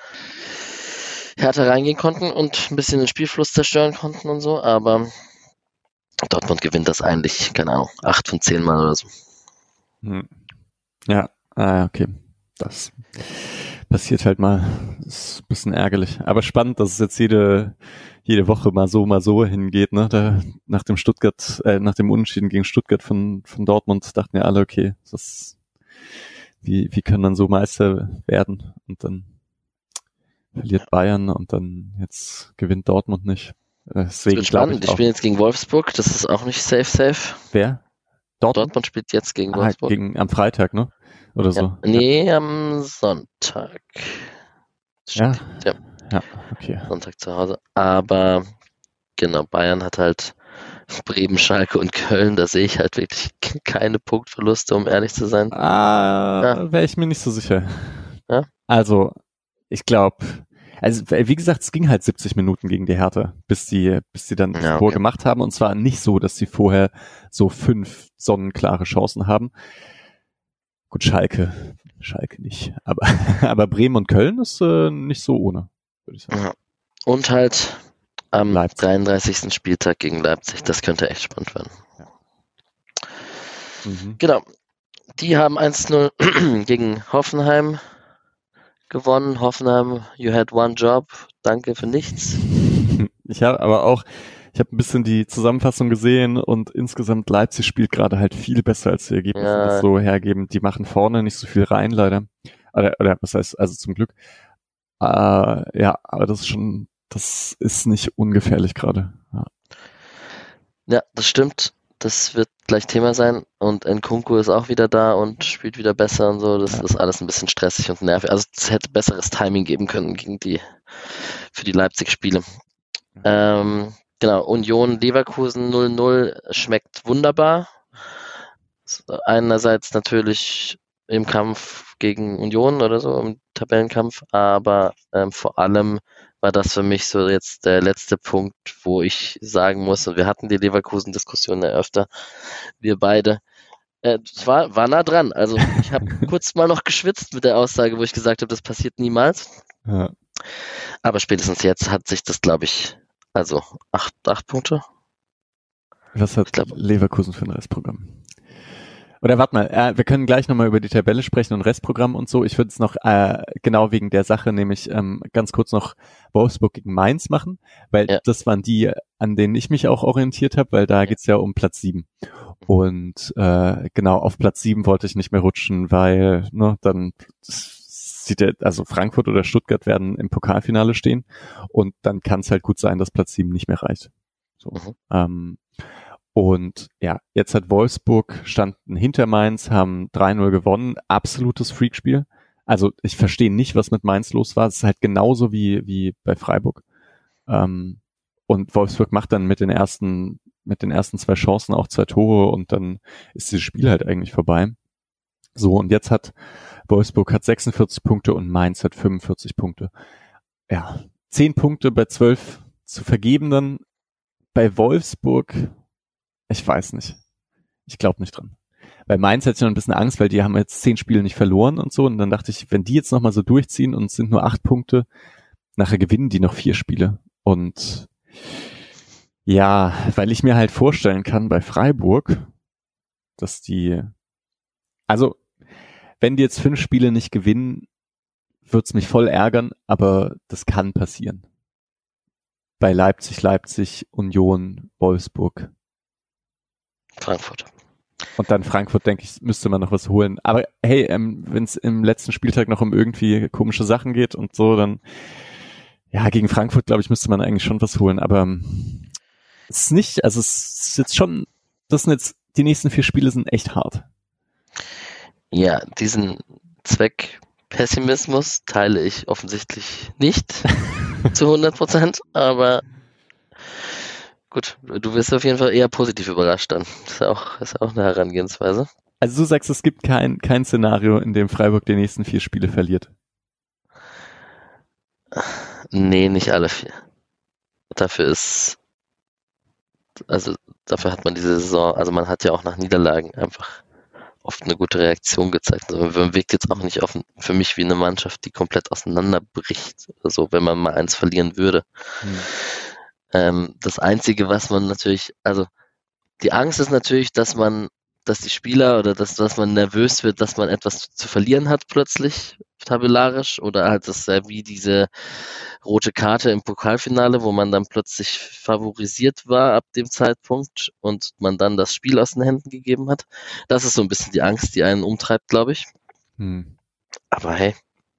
härter reingehen konnten und ein bisschen den Spielfluss zerstören konnten und so, aber Dortmund gewinnt das eigentlich, keine Ahnung, acht von zehn Mal oder so. Mhm. Ja, ah, okay. Das passiert halt mal. Das ist ein bisschen ärgerlich. Aber spannend, dass es jetzt jede, jede Woche mal so, mal so hingeht, ne? Da, nach dem Stuttgart, äh, nach dem Unentschieden gegen Stuttgart von, von Dortmund dachten ja alle, okay, das, wie, wie kann man so Meister werden? Und dann verliert Bayern und dann jetzt gewinnt Dortmund nicht. Deswegen wird spannend. ich Die spielen jetzt gegen Wolfsburg, das ist auch nicht safe, safe. Wer? Dortmund? Dortmund spielt jetzt gegen ah, Wolfsburg. Gegen, am Freitag, ne? Oder so. Ja. Nee, am Sonntag. Ja? Ja. Ja, okay. Sonntag zu Hause. Aber genau, Bayern hat halt Bremen, Schalke und Köln, da sehe ich halt wirklich keine Punktverluste, um ehrlich zu sein. Ah, Ja. wäre ich mir nicht so sicher. Ja? Also, ich glaube, also wie gesagt, es ging halt siebzig Minuten gegen die Hertha, bis die, bis die dann das Ja, Tor okay. gemacht haben. Und zwar nicht so, dass sie vorher so fünf sonnenklare Chancen haben. Gut, Schalke, Schalke nicht. Aber, aber Bremen und Köln ist äh, nicht so ohne, würde ich sagen. Ja. Und halt am Leipzig. dreiunddreißigsten Spieltag gegen Leipzig. Das könnte echt spannend werden. Ja. Mhm. Genau. Die haben eins zu null gegen Hoffenheim gewonnen. Hoffenheim, you had one job. Danke für nichts. Ich habe aber auch, ich habe ein bisschen die Zusammenfassung gesehen und insgesamt Leipzig spielt gerade halt viel besser, als die Ergebnisse Ja. das so hergeben. Die machen vorne nicht so viel rein, leider. Oder, oder was heißt, also zum Glück. Äh, ja, aber das ist schon, das ist nicht ungefährlich gerade. Ja. Ja, das stimmt. Das wird gleich Thema sein. Und Nkunku ist auch wieder da und spielt wieder besser und so. Das Ja. ist alles ein bisschen stressig und nervig. Also es hätte besseres Timing geben können gegen die, für die Leipzig-Spiele. Ähm, genau, Union Leverkusen null null schmeckt wunderbar. Einerseits natürlich im Kampf gegen Union oder so, im Tabellenkampf, aber ähm, vor allem war das für mich so jetzt der letzte Punkt, wo ich sagen muss, und wir hatten die Leverkusen-Diskussion ja öfter, wir beide, äh, es war, war nah dran. Also ich habe kurz mal noch geschwitzt mit der Aussage, wo ich gesagt habe, das passiert niemals. Ja. Aber spätestens jetzt hat sich das, glaube ich, also acht, acht Punkte. Was hat Ich glaub- Leverkusen für ein Restprogramm? Oder warte mal, äh, wir können gleich nochmal über die Tabelle sprechen und Restprogramm und so. Ich würde es noch äh, genau wegen der Sache nämlich ähm, ganz kurz noch Wolfsburg gegen Mainz machen, weil ja. das waren die, an denen ich mich auch orientiert habe, weil da ja. geht's ja um Platz sieben. Und äh, genau, auf Platz sieben wollte ich nicht mehr rutschen, weil ne, dann sieht der, also Frankfurt oder Stuttgart werden im Pokalfinale stehen und dann kann es halt gut sein, dass Platz sieben nicht mehr reicht. So. Mhm. Ähm, Und ja, jetzt hat Wolfsburg standen hinter Mainz, haben drei null gewonnen. Absolutes Freakspiel. Also ich verstehe nicht, was mit Mainz los war. Es ist halt genauso wie wie bei Freiburg. Ähm, und Wolfsburg macht dann mit den ersten mit den ersten zwei Chancen auch zwei Tore und dann ist das Spiel halt eigentlich vorbei. So, und jetzt hat Wolfsburg hat sechsundvierzig Punkte und Mainz hat fünfundvierzig Punkte. Ja, zehn Punkte bei zwölf zu vergebenen. Bei Wolfsburg, ich weiß nicht. Ich glaube nicht dran. Bei Mainz hatte ich noch ein bisschen Angst, weil die haben jetzt zehn Spiele nicht verloren und so. Und dann dachte ich, wenn die jetzt nochmal so durchziehen und es sind nur acht Punkte, nachher gewinnen die noch vier Spiele. Und ja, weil ich mir halt vorstellen kann bei Freiburg, dass die, also wenn die jetzt fünf Spiele nicht gewinnen, wird's mich voll ärgern, aber das kann passieren. Bei Leipzig, Leipzig, Union, Wolfsburg. Frankfurt. Und dann Frankfurt, denke ich, müsste man noch was holen. Aber hey, ähm, wenn es im letzten Spieltag noch um irgendwie komische Sachen geht und so, dann ja, gegen Frankfurt, glaube ich, müsste man eigentlich schon was holen. Aber ähm, es ist nicht, also es ist jetzt schon, das sind jetzt, die nächsten vier Spiele sind echt hart. Ja, diesen Zweckpessimismus teile ich offensichtlich nicht zu hundert Prozent, aber gut, du wirst auf jeden Fall eher positiv überrascht dann. Das ist auch, ist auch eine Herangehensweise. Also du sagst, es gibt kein, kein Szenario, in dem Freiburg die nächsten vier Spiele verliert? Nee, nicht alle vier. Dafür ist, also dafür hat man diese Saison, also man hat ja auch nach Niederlagen einfach oft eine gute Reaktion gezeigt. Also man wirkt jetzt auch nicht auf, für mich wie eine Mannschaft, die komplett auseinanderbricht oder so, wenn man mal eins verlieren würde. Hm. Ähm, das Einzige, was man natürlich, also die Angst ist natürlich, dass man, dass die Spieler oder dass, dass man nervös wird, dass man etwas zu verlieren hat plötzlich, tabellarisch, oder halt das ja wie diese rote Karte im Pokalfinale, wo man dann plötzlich favorisiert war ab dem Zeitpunkt und man dann das Spiel aus den Händen gegeben hat. Das ist so ein bisschen die Angst, die einen umtreibt, glaube ich. Hm. Aber hey,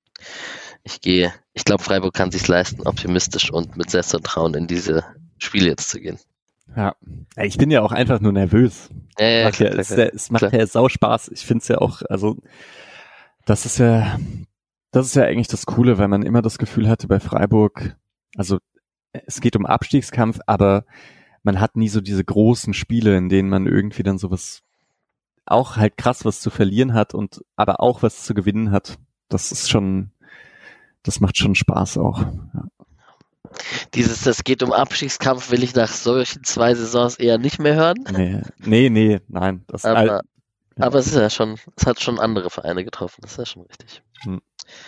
ich gehe, ich glaube, Freiburg kann sich leisten, optimistisch und mit Selbstvertrauen in diese Spiele jetzt zu gehen. Ja, ich bin ja auch einfach nur nervös. Ja, ja, macht klar, ja, klar, es, klar. es macht Klar. ja sau Spaß. Ich finde es ja auch, also das ist ja, das ist ja eigentlich das Coole, weil man immer das Gefühl hatte bei Freiburg, also es geht um Abstiegskampf, aber man hat nie so diese großen Spiele, in denen man irgendwie dann sowas, auch halt krass was zu verlieren hat und aber auch was zu gewinnen hat. Das ist schon, das macht schon Spaß auch. Ja. Dieses, das geht um Abstiegskampf, will ich nach solchen zwei Saisons eher nicht mehr hören. Nee, nee, nee nein. Das, aber, all, ja. aber es ist ja schon, es hat schon andere Vereine getroffen, das ist ja schon richtig. Hm.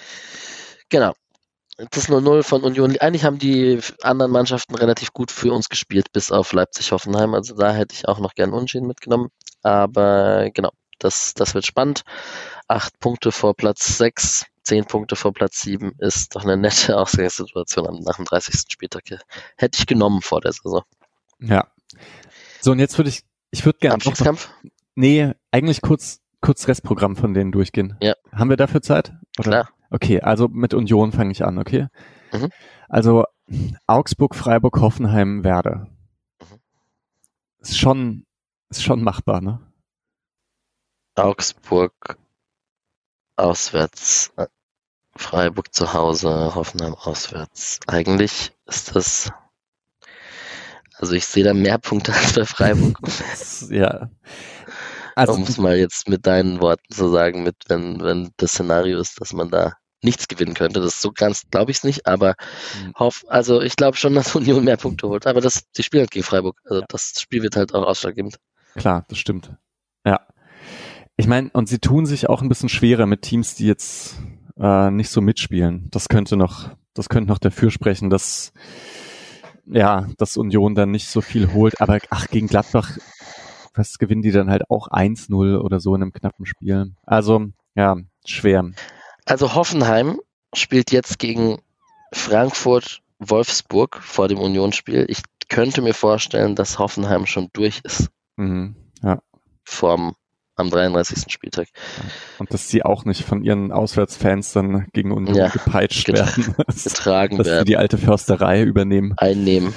Genau. Das null null von Union. Eigentlich haben die anderen Mannschaften relativ gut für uns gespielt, bis auf Leipzig-Hoffenheim. Also da hätte ich auch noch gern Unentschieden mitgenommen. Aber genau, das, das wird spannend. Acht Punkte vor Platz sechs, zehn Punkte vor Platz sieben ist doch eine nette Ausgangssituation nach dem dreißigsten Spieltag. Hätte ich genommen vor der Saison. Ja. So, und jetzt würde ich, ich würde gerne Abstiegskampf? Nee, eigentlich kurz, kurz Restprogramm von denen durchgehen. Ja. Haben wir dafür Zeit? Oder? Klar. Okay, also mit Union fange ich an, okay? Mhm. Also Augsburg, Freiburg, Hoffenheim, Werder. Mhm. Ist schon, ist schon machbar, ne? Augsburg auswärts, Freiburg zu Hause, Hoffenheim auswärts. Eigentlich ist das, also ich sehe da mehr Punkte als bei Freiburg. Ja. Also, um es mal jetzt mit deinen Worten zu sagen, mit wenn, wenn das Szenario ist, dass man da nichts gewinnen könnte. Das ist so ganz, glaube ich es nicht, aber mhm. hoff, also ich glaube schon, dass Union mehr Punkte holt. Aber das, die spielen halt gegen Freiburg. Also ja. Das Spiel wird halt auch ausschlaggebend. Klar, das stimmt. Ja. Ich meine, und sie tun sich auch ein bisschen schwerer mit Teams, die jetzt äh, nicht so mitspielen. Das könnte noch, das könnte noch dafür sprechen, dass ja, dass Union dann nicht so viel holt. Aber ach, gegen Gladbach was gewinnen die dann halt auch eins null oder so in einem knappen Spiel. Also, ja, schwer. Also Hoffenheim spielt jetzt gegen Frankfurt Wolfsburg vor dem Unionsspiel. Ich könnte mir vorstellen, dass Hoffenheim schon durch ist. Mhm, ja. Vorm, am dreiunddreißigsten Spieltag. Und dass sie auch nicht von ihren Auswärtsfans dann gegen Union Ja, gepeitscht get- werden. getragen dass sie werden. die alte Försterei übernehmen. Einnehmen.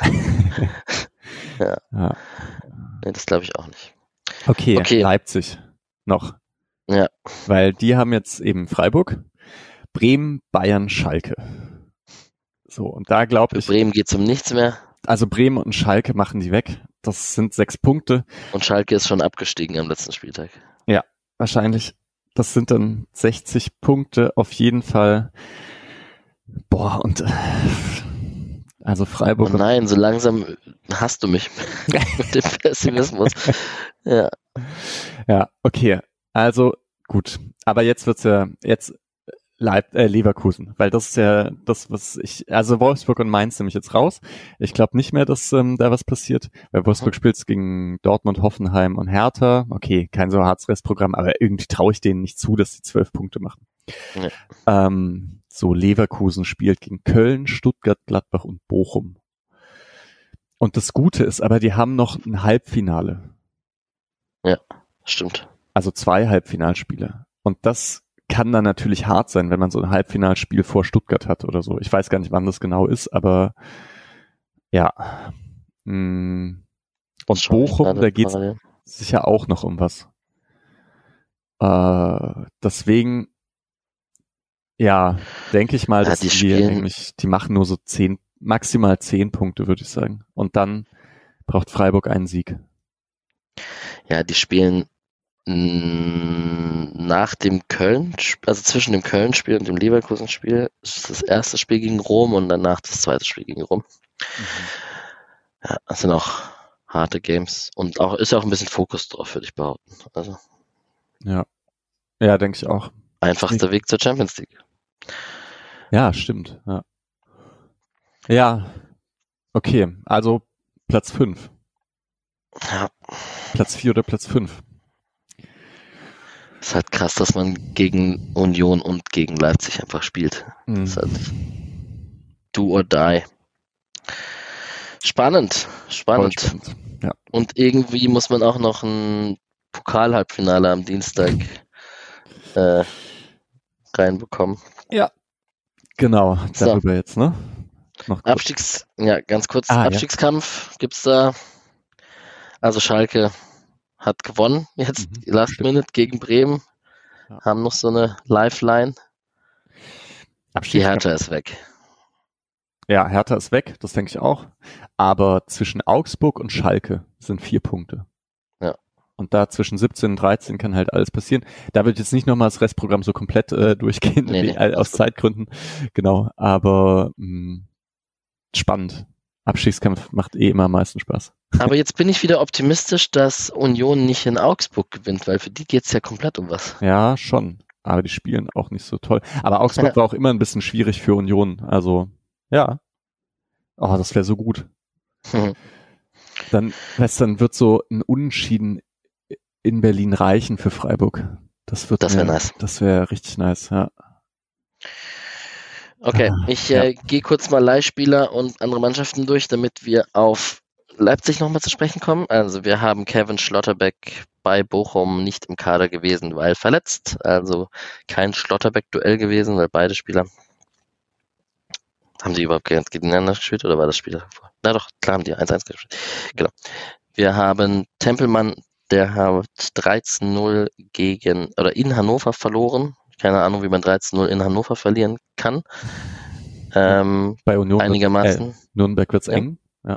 ja. Ja. Nee, das glaube ich auch nicht. Okay, Okay. Leipzig noch. Ja. Weil die haben jetzt eben Freiburg, Bremen, Bayern, Schalke. So, und da glaube Für ich, Bremen geht es um nichts mehr also Bremen und Schalke machen die weg. Das sind sechs Punkte. und Schalke ist schon abgestiegen am letzten Spieltag. Wahrscheinlich, das sind dann sechzig Punkte auf jeden Fall. Boah, und äh, also Oh Freiburg. nein, so langsam hasst du mich mit dem Pessimismus. Ja. Ja, okay. Also gut. Aber jetzt wird's ja, jetzt Leib, äh, Leverkusen, weil das ist ja das, was ich, also Wolfsburg und Mainz nehme ich jetzt raus. Ich glaube nicht mehr, dass ähm, da was passiert, weil Wolfsburg Mhm. spielt gegen Dortmund, Hoffenheim und Hertha. Okay, kein so hartes Restprogramm, aber irgendwie traue ich denen nicht zu, dass sie zwölf Punkte machen. Ja. Ähm, so, Leverkusen spielt gegen Köln, Stuttgart, Gladbach und Bochum. Und das Gute ist aber, die haben noch ein Halbfinale, Stimmt. also zwei Halbfinalspiele. Und das kann dann natürlich hart sein, wenn man so ein Halbfinalspiel vor Stuttgart hat oder so. Ich weiß gar nicht, wann das genau ist, aber ja. Mm. Und Schau ich Bochum, gerade da geht's parallel. sicher auch noch um was. Äh, deswegen, ja, denke ich mal, Ja, dass die die, spielen- eigentlich, die machen nur so zehn, maximal zehn Punkte, würde ich sagen. Und dann braucht Freiburg einen Sieg. Ja, die spielen mh, nach dem Köln, also zwischen dem Köln-Spiel und dem Leverkusen-Spiel, ist das erste Spiel gegen Rom und danach das zweite Spiel gegen Rom. Ja, das sind auch harte Games und auch ist ja auch ein bisschen Fokus drauf, würde ich behaupten. Also Ja. Ja, denke ich auch. einfachster Weg zur Champions League. Ja, stimmt. Ja. Ja. Okay, also Platz fünf. Ja, Platz vier oder Platz fünf. ist halt krass, dass man gegen Union und gegen Leipzig einfach spielt. Mhm. Das ist halt do or die. Spannend, Voll spannend. spannend. Ja. Und irgendwie muss man auch noch ein Pokal-Halbfinale am Dienstag äh, reinbekommen. Genau, So. darüber jetzt, ne? Noch kurz. Abstiegs, ja, ganz kurz, Ah, ja. Abstiegskampf gibt's da. Also Schalke hat gewonnen jetzt Mhm, Last stimmt. Minute gegen Bremen. Ja. Haben noch so eine Lifeline. Die Abstiegskampf. Hertha ist weg. Ja, Hertha ist weg, das denke ich auch. Aber zwischen Augsburg und Schalke sind vier Punkte. Ja. Und da zwischen siebzehn und dreizehn kann halt alles passieren. Da wird jetzt nicht nochmal das Restprogramm so komplett äh, durchgehen, Nee, wie, nee, äh, alles aus gut. Zeitgründen. Genau, aber mh, spannend. Abstiegskampf macht eh immer am meisten Spaß. Aber jetzt bin ich wieder optimistisch, dass Union nicht in Augsburg gewinnt, weil für die geht's ja komplett um was. Ja, schon. Aber die spielen auch nicht so toll. Aber Augsburg Ja. war auch immer ein bisschen schwierig für Union. Also, ja. Oh, das wäre so gut. Dann, weißt, du, dann wird so ein Unentschieden in Berlin reichen für Freiburg. Das wird Das wär mir- nice. Das wäre richtig nice, ja. Okay, Ah, ich ja. äh, gehe kurz mal Leihspieler und andere Mannschaften durch, damit wir auf Leipzig nochmal zu sprechen kommen. Also wir haben Kevin Schlotterbeck bei Bochum nicht im Kader gewesen, weil verletzt. Also kein Schlotterbeck-Duell gewesen, weil beide Spieler haben die überhaupt gegeneinander gespielt oder war das Spiel davor? Na doch, klar haben die eins eins gespielt. Genau. Wir haben Tempelmann, der hat dreizehn null gegen oder in Hannover verloren. Keine Ahnung, wie man dreizehn null in Hannover verlieren kann. Ähm, Bei Union wird's- einigermaßen, Äh, Nürnberg wird's Ja. eng.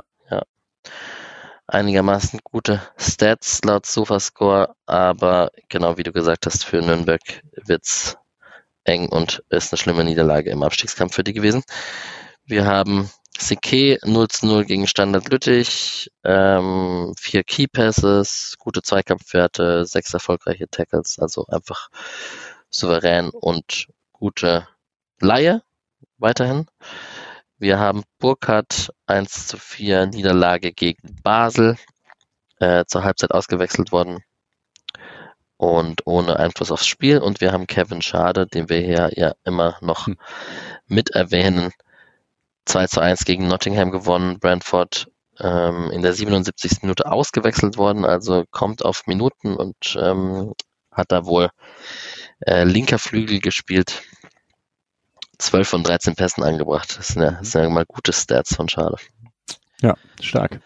einigermaßen gute Stats laut Sofascore, aber genau wie du gesagt hast, für Nürnberg wird's eng und ist eine schlimme Niederlage im Abstiegskampf für die gewesen. Wir haben Sique null zu null gegen Standard Lüttich, ähm, vier Key Passes, gute Zweikampfwerte, sechs erfolgreiche Tackles, also einfach souverän und gute Laie weiterhin. Wir haben Burkhardt eins zu vier Niederlage gegen Basel. äh, zur Halbzeit ausgewechselt worden und ohne Einfluss aufs Spiel. Und wir haben Kevin Schade, den wir hier ja immer noch hm. mit erwähnen, zwei zu eins gegen Nottingham gewonnen. Brentford ähm, in der siebenundsiebzigsten Minute ausgewechselt worden, also kommt auf Minuten und ähm, hat da wohl äh, linker Flügel gespielt. zwölf von dreizehn Pässen angebracht. Das sind ja, das sind ja mal gute Stats von Schade. Ja, stark.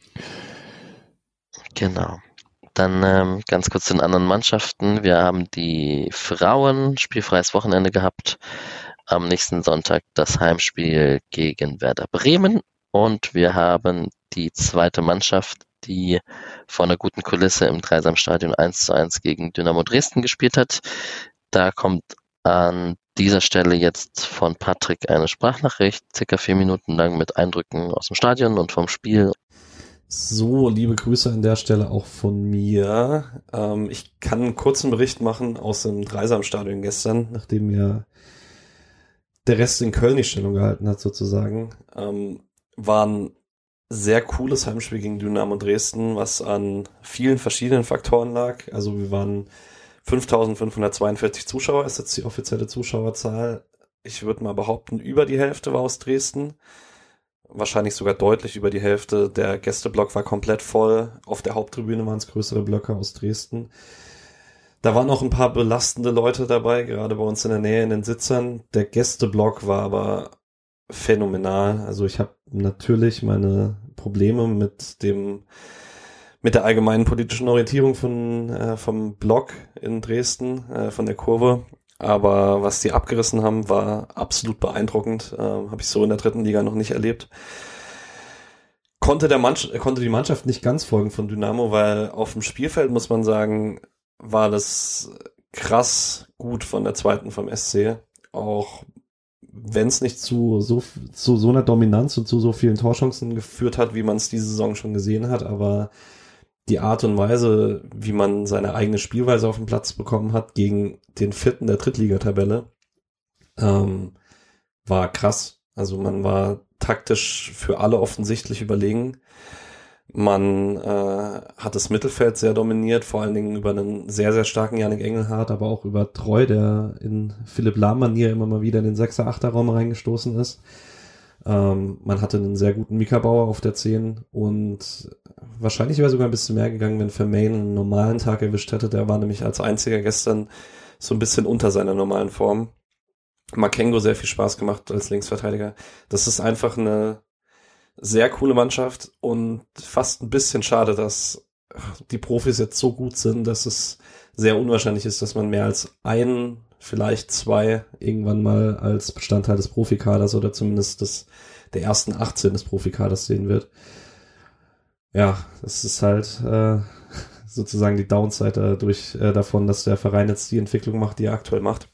Genau. Dann ähm, ganz kurz zu den anderen Mannschaften. Wir haben die Frauen spielfreies Wochenende gehabt. Am nächsten Sonntag das Heimspiel gegen Werder Bremen. Und wir haben die zweite Mannschaft, die vor einer guten Kulisse im Dreisamstadion eins zu eins gegen Dynamo Dresden gespielt hat. Da kommt an dieser Stelle jetzt von Patrick eine Sprachnachricht, circa vier Minuten lang mit Eindrücken aus dem Stadion und vom Spiel. So, liebe Grüße an der Stelle auch von mir. Ähm, ich kann einen kurzen Bericht machen aus dem Dreisamstadion gestern, nachdem ja der Rest in Köln die Stellung gehalten hat sozusagen. Ähm, war ein sehr cooles Heimspiel gegen Dynamo Dresden, was an vielen verschiedenen Faktoren lag. Also wir waren fünftausendfünfhundertzweiundvierzig Zuschauer, ist jetzt die offizielle Zuschauerzahl. Ich würde mal behaupten, über die Hälfte war aus Dresden. Wahrscheinlich sogar deutlich über die Hälfte. Der Gästeblock war komplett voll. Auf der Haupttribüne waren es größere Blöcke aus Dresden. Da waren auch ein paar belastende Leute dabei, gerade bei uns in der Nähe in den Sitzern. Der Gästeblock war aber phänomenal. Also ich habe natürlich meine Probleme mit dem mit der allgemeinen politischen Orientierung von äh, vom Block in Dresden, äh, von der Kurve. Aber was die abgerissen haben, war absolut beeindruckend. Äh, habe ich so in der dritten Liga noch nicht erlebt. Konnte der Mannschaft, konnte die Mannschaft nicht ganz folgen von Dynamo, weil auf dem Spielfeld, muss man sagen, war das krass gut von der zweiten vom S C. Auch wenn es nicht zu so, zu so einer Dominanz und zu so vielen Torchancen geführt hat, wie man es diese Saison schon gesehen hat, aber die Art und Weise, wie man seine eigene Spielweise auf den Platz bekommen hat gegen den Vierten der Drittligatabelle, ähm, war krass. Also man war taktisch für alle offensichtlich überlegen. Man äh, hat das Mittelfeld sehr dominiert, vor allen Dingen über einen sehr, sehr starken Yannick Engelhardt, aber auch über Treu, der in Philipp Lahm-Manier immer mal wieder in den Sechser-Achter-Raum reingestoßen ist. Ähm, man hatte einen sehr guten Mika Bauer auf der zehn und wahrscheinlich wäre sogar ein bisschen mehr gegangen, wenn Vermain einen normalen Tag erwischt hätte. Der war nämlich als einziger gestern so ein bisschen unter seiner normalen Form. Makengo sehr viel Spaß gemacht als Linksverteidiger. Das ist einfach eine sehr coole Mannschaft und fast ein bisschen schade, dass die Profis jetzt so gut sind, dass es sehr unwahrscheinlich ist, dass man mehr als ein, vielleicht zwei irgendwann mal als Bestandteil des Profikaders oder zumindest des, der ersten achtzehn des Profikaders sehen wird. Ja, das ist halt äh, sozusagen die Downside dadurch, äh, davon, dass der Verein jetzt die Entwicklung macht, die er aktuell macht.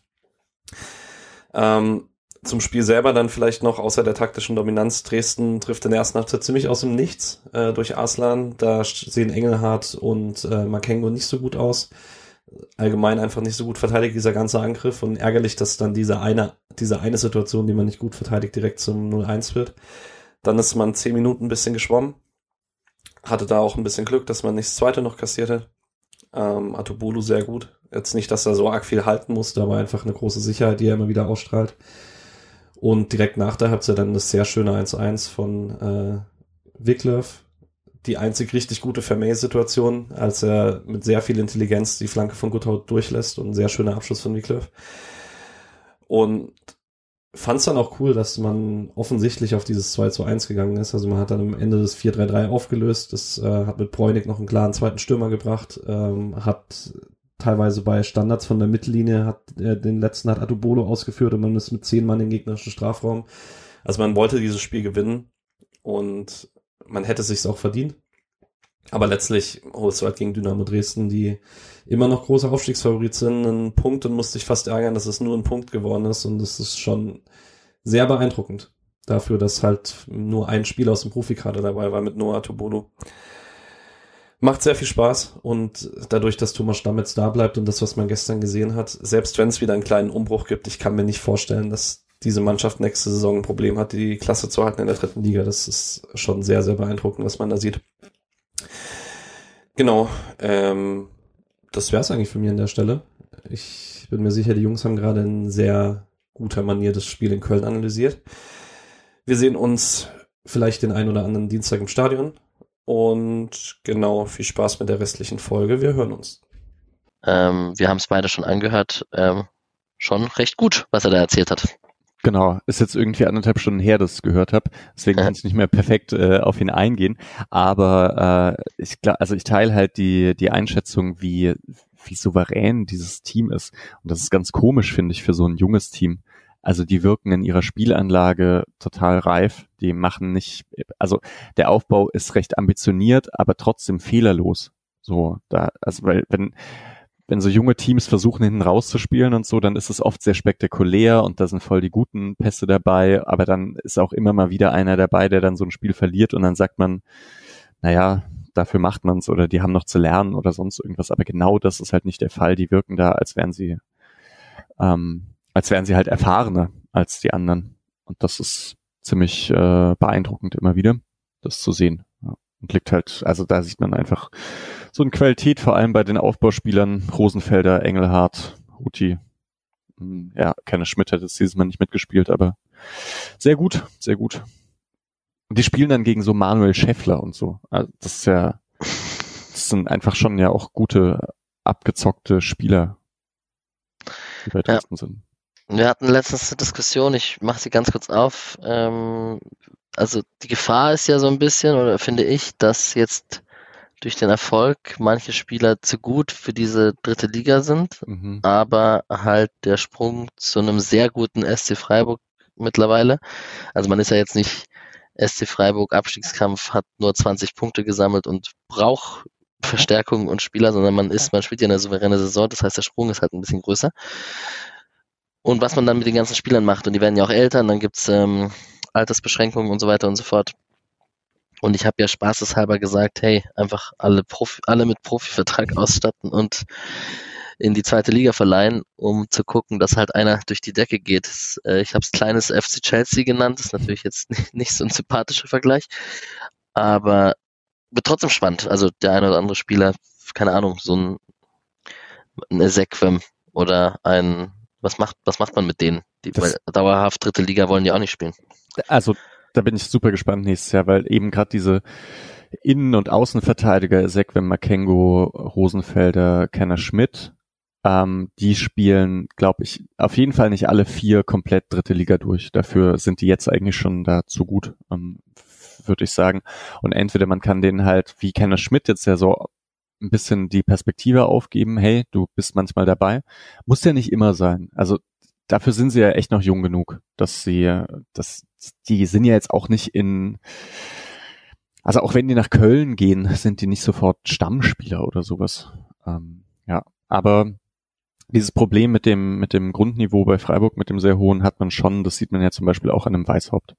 Ähm, zum Spiel selber dann vielleicht noch, außer der taktischen Dominanz, Dresden trifft in der ersten Halbzeit ziemlich aus dem Nichts äh, durch Arslan. Da sehen Engelhardt und äh, Makengo nicht so gut aus. Allgemein einfach nicht so gut verteidigt, dieser ganze Angriff. Und ärgerlich, dass dann diese eine, diese eine Situation, die man nicht gut verteidigt, direkt zum null eins wird. Dann ist man zehn Minuten ein bisschen geschwommen. Hatte da auch ein bisschen Glück, dass man nicht das zweite noch kassierte. Ähm, Atubolu sehr gut. Jetzt nicht, dass er so arg viel halten musste, aber einfach eine große Sicherheit, die er immer wieder ausstrahlt. Und direkt nach der Halbzeit dann das sehr schöne eins eins von äh, Wicklow. Die einzig richtig gute Vermeer-Situation, als er mit sehr viel Intelligenz die Flanke von Guthaut durchlässt und ein sehr schöner Abschluss von Wicklow. Und fand es dann auch cool, dass man offensichtlich auf dieses zwei zu eins gegangen ist. Also man hat dann am Ende das vier drei drei aufgelöst. Das äh, hat mit Bräunig noch einen klaren zweiten Stürmer gebracht. Ähm, hat teilweise bei Standards von der Mittellinie, hat äh, den letzten hat Atubolo ausgeführt und man ist mit zehn Mann im gegnerischen Strafraum. Also man wollte dieses Spiel gewinnen und man hätte es sich auch verdient. Aber letztlich holst du halt gegen Dynamo Dresden, die immer noch große Aufstiegsfavorit sind, einen Punkt und musst dich fast ärgern, dass es nur ein Punkt geworden ist. Und das ist schon sehr beeindruckend dafür, dass halt nur ein Spiel aus dem Profikader dabei war mit Noah Atubolo. Macht sehr viel Spaß und dadurch, dass Thomas Stamm jetzt da bleibt und das, was man gestern gesehen hat, selbst wenn es wieder einen kleinen Umbruch gibt, ich kann mir nicht vorstellen, dass diese Mannschaft nächste Saison ein Problem hat, die Klasse zu halten in der dritten Liga. Das ist schon sehr, sehr beeindruckend, was man da sieht. Genau, ähm, das wäre es eigentlich für mich an der Stelle. Ich bin mir sicher, die Jungs haben gerade in sehr guter Manier das Spiel in Köln analysiert. Wir sehen uns vielleicht den einen oder anderen Dienstag im Stadion. Und genau, viel Spaß mit der restlichen Folge. Wir hören uns. Ähm, wir haben es beide schon angehört. Ähm, schon recht gut, was er da erzählt hat. Genau, ist jetzt irgendwie anderthalb Stunden her, dass ich es gehört habe. Deswegen kann ich nicht mehr perfekt äh, auf ihn eingehen. Aber äh, ich glaube, also ich teile halt die die Einschätzung, wie wie souverän dieses Team ist. Und das ist ganz komisch, finde ich, für so ein junges Team. Also die wirken in ihrer Spielanlage total reif. Die machen nicht, also der Aufbau ist recht ambitioniert, aber trotzdem fehlerlos. So, da, also weil wenn wenn so junge Teams versuchen, hinten rauszuspielen und so, dann ist es oft sehr spektakulär und da sind voll die guten Pässe dabei, aber dann ist auch immer mal wieder einer dabei, der dann so ein Spiel verliert und dann sagt man, naja, dafür macht man's oder die haben noch zu lernen oder sonst irgendwas, aber genau das ist halt nicht der Fall. Die wirken da, als wären sie, ähm, als wären sie halt erfahrener als die anderen und das ist ziemlich äh, beeindruckend immer wieder, das zu sehen. Ja. Und liegt halt, also da sieht man einfach so eine Qualität, vor allem bei den Aufbauspielern, Rosenfelder, Engelhardt, Huti. Ja, keine Schmidt hat jetzt dieses Mal nicht mitgespielt, aber sehr gut, sehr gut. Und die spielen dann gegen so Manuel Schäffler und so. Also das ist ja, das sind einfach schon ja auch gute, abgezockte Spieler, die bei Dresden ja. sind. Wir hatten letztens eine Diskussion, ich mache sie ganz kurz auf. Ähm, also die Gefahr ist ja so ein bisschen, oder finde ich, dass jetzt durch den Erfolg manche Spieler zu gut für diese dritte Liga sind, mhm. aber halt der Sprung zu einem sehr guten S C Freiburg mittlerweile, also man ist ja jetzt nicht S C Freiburg Abstiegskampf, hat nur zwanzig Punkte gesammelt und braucht Verstärkung und Spieler, sondern man ist, man spielt ja eine souveräne Saison, das heißt der Sprung ist halt ein bisschen größer. Und was man dann mit den ganzen Spielern macht, und die werden ja auch älter, und dann gibt's ähm, Altersbeschränkungen und so weiter und so fort. Und ich habe ja spaßeshalber gesagt, hey, einfach alle Profi, alle mit Profivertrag ausstatten und in die zweite Liga verleihen, um zu gucken, dass halt einer durch die Decke geht. Das, äh, ich habe es kleines F C Chelsea genannt, das ist natürlich jetzt nicht, nicht so ein sympathischer Vergleich, aber wird trotzdem spannend. Also der eine oder andere Spieler, keine Ahnung, so ein, ein Ezequem oder ein, was macht, was macht man mit denen? Die, weil dauerhaft dritte Liga wollen die auch nicht spielen. Also da bin ich super gespannt nächstes Jahr, weil eben gerade diese Innen- und Außenverteidiger, Ezequem, Makengo, Rosenfelder, Kenner Schmidt, ähm, die spielen, glaube ich, auf jeden Fall nicht alle vier komplett dritte Liga durch. Dafür sind die jetzt eigentlich schon da zu gut, ähm, würde ich sagen. Und entweder man kann denen halt, wie Kenner Schmidt jetzt ja so ein bisschen die Perspektive aufgeben, hey, du bist manchmal dabei. Muss ja nicht immer sein. Also dafür sind sie ja echt noch jung genug, dass sie, dass die sind ja jetzt auch nicht in, also auch wenn die nach Köln gehen, sind die nicht sofort Stammspieler oder sowas. Ähm, ja, aber dieses Problem mit dem mit dem Grundniveau bei Freiburg, mit dem sehr hohen, hat man schon. Das sieht man ja zum Beispiel auch an einem Weißhaupt,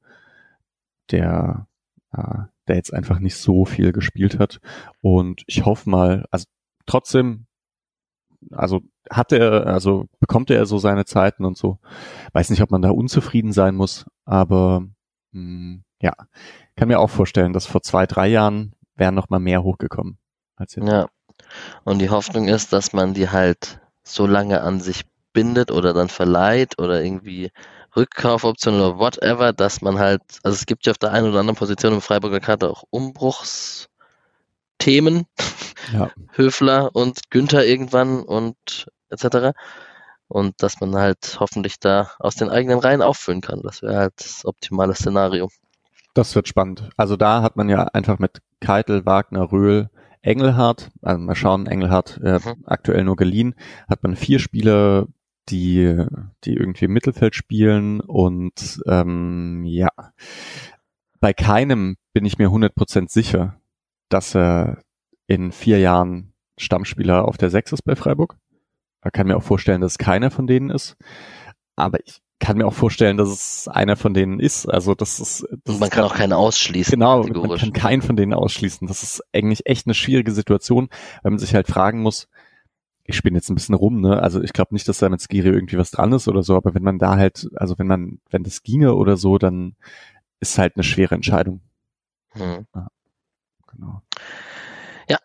der äh, der jetzt einfach nicht so viel gespielt hat. Und ich hoffe mal, also trotzdem, also hat er, also bekommt er so seine Zeiten und so. Weiß nicht, ob man da unzufrieden sein muss, aber mh, ja, kann mir auch vorstellen, dass vor zwei, drei Jahren wären noch mal mehr hochgekommen als jetzt. Ja, und die Hoffnung ist, dass man die halt so lange an sich bindet oder dann verleiht oder irgendwie Rückkaufoption oder whatever, dass man halt, also es gibt ja auf der einen oder anderen Position im Freiburger Kader auch Umbruchsthemen, ja. Höfler und Günther irgendwann und et cetera. Und dass man halt hoffentlich da aus den eigenen Reihen auffüllen kann. Das wäre halt das optimale Szenario. Das wird spannend. Also da hat man ja einfach mit Keitel, Wagner, Röhl, Engelhardt, also mal schauen, Engelhardt äh, mhm. aktuell nur geliehen, hat man vier Spieler, die die irgendwie im Mittelfeld spielen und ähm, ja, bei keinem bin ich mir hundert Prozent sicher, dass er in vier Jahren Stammspieler auf der Sechs ist bei Freiburg. Ich kann mir auch vorstellen, dass es keiner von denen ist, aber ich kann mir auch vorstellen, dass es einer von denen ist. Also das ist, das man ist kann auch keinen ausschließen. Genau, man kann keinen von denen ausschließen. Das ist eigentlich echt eine schwierige Situation, weil man sich halt fragen muss, ich spinne jetzt ein bisschen rum, ne? Also ich glaube nicht, dass da mit Skiri irgendwie was dran ist oder so, aber wenn man da halt, also wenn man, wenn das ginge oder so, dann ist halt eine schwere Entscheidung. Hm. Ja, genau. Ja,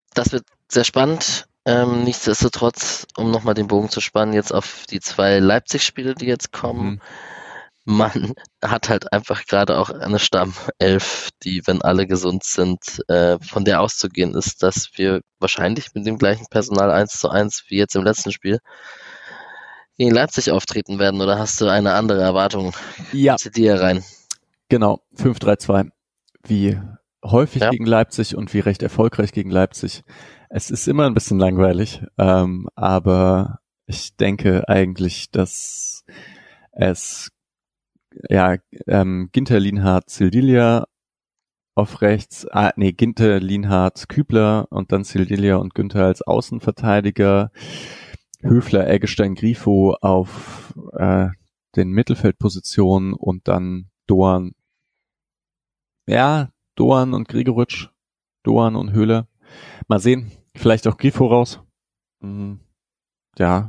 das wird sehr spannend. Ähm, nichtsdestotrotz, um nochmal den Bogen zu spannen, jetzt auf die zwei Leipzig-Spiele, die jetzt kommen. Mhm. Man hat halt einfach gerade auch eine Stammelf, die, wenn alle gesund sind, äh, von der auszugehen ist, dass wir wahrscheinlich mit dem gleichen Personal eins zu eins wie jetzt im letzten Spiel gegen Leipzig auftreten werden. Oder hast du eine andere Erwartung? Ja. Zieh dir rein. Genau, fünf drei zwei. Wie häufig ja. gegen Leipzig und wie recht erfolgreich gegen Leipzig. Es ist immer ein bisschen langweilig, ähm, aber ich denke eigentlich, dass es ja, ähm, Ginter, Lienhardt, Sildilia auf rechts, ah, nee, Ginter, Lienhardt, Kübler und dann Sildilia und Günther als Außenverteidiger, Höfler, Eggestein, Grifo auf äh, den Mittelfeldpositionen und dann Doan, ja, Doan und Gregoritsch, Doan und Höhler. Mal sehen, vielleicht auch Grifo raus. Mhm. Ja.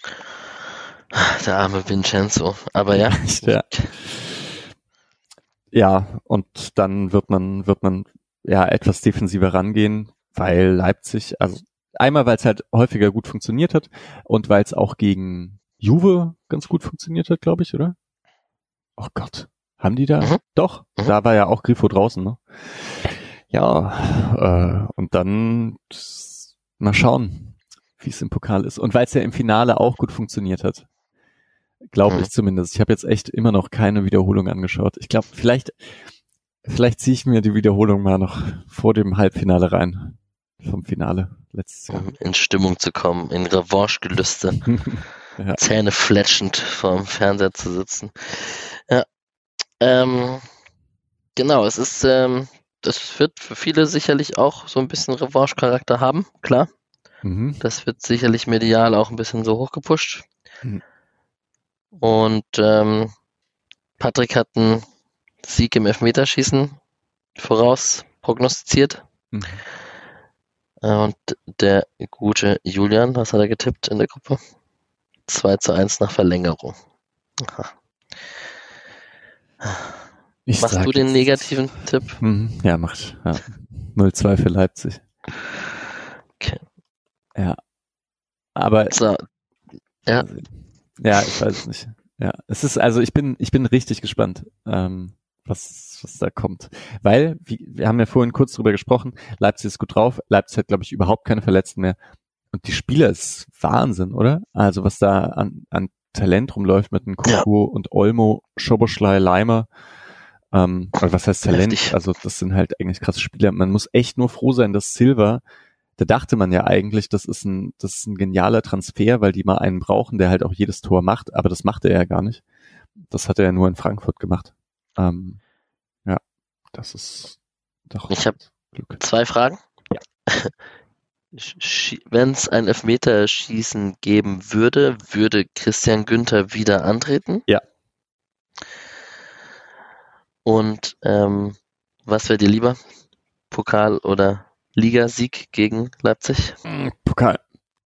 Der arme Vincenzo, aber ja. ja. Ja, und dann wird man, wird man ja etwas defensiver rangehen, weil Leipzig, also einmal, weil es halt häufiger gut funktioniert hat und weil es auch gegen Juve ganz gut funktioniert hat, glaube ich, oder? Oh Gott, haben die da? Mhm. Doch, mhm. Da war ja auch Grifo draußen, ne? Ja, äh, und dann mal schauen, wie es im Pokal ist. Und weil es ja im Finale auch gut funktioniert hat. Glaube hm. ich zumindest. Ich habe jetzt echt immer noch keine Wiederholung angeschaut. Ich glaube, vielleicht vielleicht ziehe ich mir die Wiederholung mal noch vor dem Halbfinale rein. Vom Finale letztes Jahr. Um in Stimmung zu kommen, in Revanche-Gelüste. ja. Zähne fletschend vor dem Fernseher zu sitzen. Ja. Ähm, genau, es ist, ähm, das wird für viele sicherlich auch so ein bisschen Revanche-Charakter haben, klar. Mhm. Das wird sicherlich medial auch ein bisschen so hochgepusht. Mhm. Und ähm, Patrick hat einen Sieg im Elfmeterschießen voraus prognostiziert. Mhm. Und der gute Julian, was hat er getippt in der Gruppe? zwei zu eins nach Verlängerung. Aha. Ich Machst du den negativen Tipp? Mhm. Ja, macht. Ja. null zwei für Leipzig. Okay. Ja. Aber so. Ja. Ja, ich weiß es nicht. Ja, es ist, also ich bin, ich bin richtig gespannt, ähm, was, was da kommt. Weil, wie, wir haben ja vorhin kurz drüber gesprochen, Leipzig ist gut drauf, Leipzig hat, glaube ich, überhaupt keine Verletzten mehr. Und die Spieler ist Wahnsinn, oder? Also was da an, an Talent rumläuft mit einem Kuku ja. und Olmo, Szoboszlai, Leimer. Ähm, also was heißt Talent? Richtig. Also das sind halt eigentlich krasse Spieler. Man muss echt nur froh sein, dass Silva, da dachte man ja eigentlich, das ist ein, das ist ein genialer Transfer, weil die mal einen brauchen, der halt auch jedes Tor macht, aber das macht er ja gar nicht. Das hat er ja nur in Frankfurt gemacht. Ähm, ja, das ist doch. Ich habe zwei Fragen. Ja. Wenn es ein Elfmeterschießen geben würde, würde Christian Günther wieder antreten? Ja. Und ähm, was wäre dir lieber? Pokal oder Ligasieg gegen Leipzig? Pokal.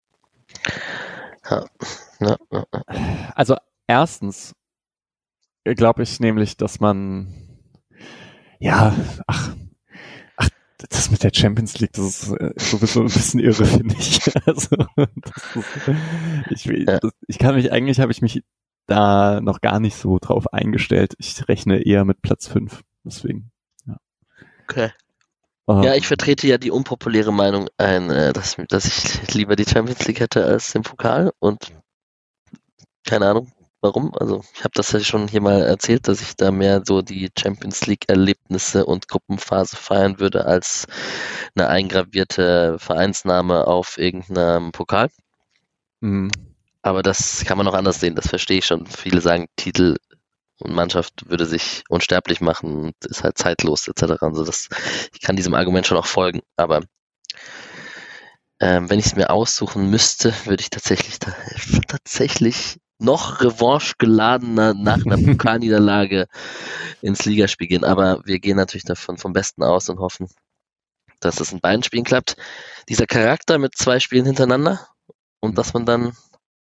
Ja. Ja, ja, ja. Also erstens glaube ich nämlich, dass man ja, ach, ach, das mit der Champions League, das ist sowieso ein bisschen irre, finde ich. Also, das ist, ich, ja. das, ich kann mich, eigentlich habe ich mich da noch gar nicht so drauf eingestellt. Ich rechne eher mit Platz fünf, deswegen. Ja. Okay. Ja, ich vertrete ja die unpopuläre Meinung ein, äh, dass, dass ich lieber die Champions League hätte als den Pokal und keine Ahnung warum. Also ich habe das ja schon hier mal erzählt, dass ich da mehr so die Champions League Erlebnisse und Gruppenphase feiern würde als eine eingravierte Vereinsname auf irgendeinem Pokal. Mhm. Aber das kann man auch anders sehen, das verstehe ich schon. Viele sagen, Titel und Mannschaft würde sich unsterblich machen und ist halt zeitlos et cetera. Also das, ich kann diesem Argument schon auch folgen, aber ähm, wenn ich es mir aussuchen müsste, würde ich tatsächlich ta- tatsächlich noch revanchegeladener nach einer Pokalniederlage ins Ligaspiel gehen. Aber wir gehen natürlich davon vom Besten aus und hoffen, dass es in beiden Spielen klappt. Dieser Charakter mit zwei Spielen hintereinander und dass man dann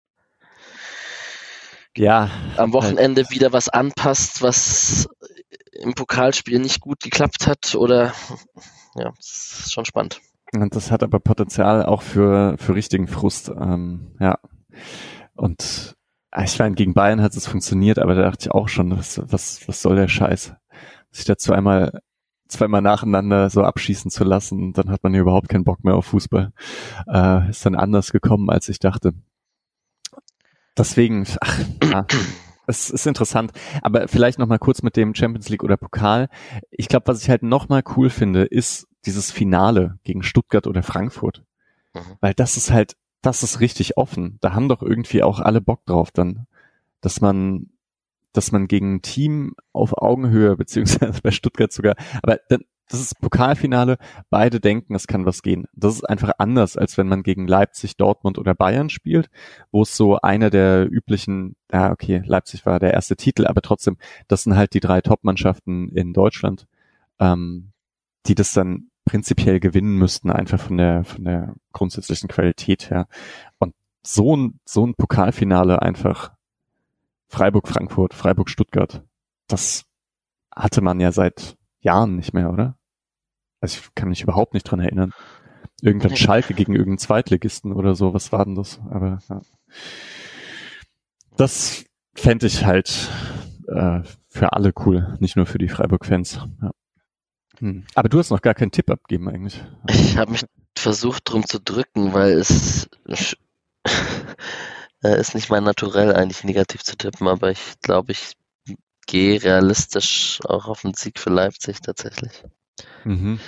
ja, am Wochenende halt wieder was anpasst, was im Pokalspiel nicht gut geklappt hat oder ja, das ist schon spannend. Und das hat aber Potenzial auch für, für richtigen Frust. Ähm, ja. Und ich meine, gegen Bayern hat es funktioniert, aber da dachte ich auch schon, was, was, was soll der Scheiß? Sich da zweimal, zweimal nacheinander so abschießen zu lassen, dann hat man ja überhaupt keinen Bock mehr auf Fußball. Äh, ist dann anders gekommen, als ich dachte. Deswegen, ach, ja, es ist interessant. Aber vielleicht noch mal kurz mit dem Champions League oder Pokal. Ich glaube, was ich halt noch mal cool finde, ist dieses Finale gegen Stuttgart oder Frankfurt. Mhm. Weil das ist halt, das ist richtig offen. Da haben doch irgendwie auch alle Bock drauf dann, dass man, dass man gegen ein Team auf Augenhöhe, beziehungsweise bei Stuttgart sogar, aber dann, das ist Pokalfinale, beide denken, es kann was gehen. Das ist einfach anders, als wenn man gegen Leipzig, Dortmund oder Bayern spielt, wo es so einer der üblichen, ja okay, Leipzig war der erste Titel, aber trotzdem, das sind halt die drei Top-Mannschaften in Deutschland, ähm, die das dann prinzipiell gewinnen müssten, einfach von der von der grundsätzlichen Qualität her. Und so ein so ein Pokalfinale einfach Freiburg-Frankfurt, Freiburg-Stuttgart, das hatte man ja seit Jahren nicht mehr, oder? Also ich kann mich überhaupt nicht dran erinnern. Irgendwann Schalke gegen irgendeinen Zweitligisten oder so, was war denn das? Aber ja. Das fände ich halt äh, für alle cool, nicht nur für die Freiburg-Fans. Ja. Hm. Aber du hast noch gar keinen Tipp abgegeben eigentlich. Ich habe mich versucht drum zu drücken, weil es äh, ist nicht mein Naturell eigentlich negativ zu tippen, aber ich glaube, ich gehe realistisch auch auf den Sieg für Leipzig tatsächlich. Mhm.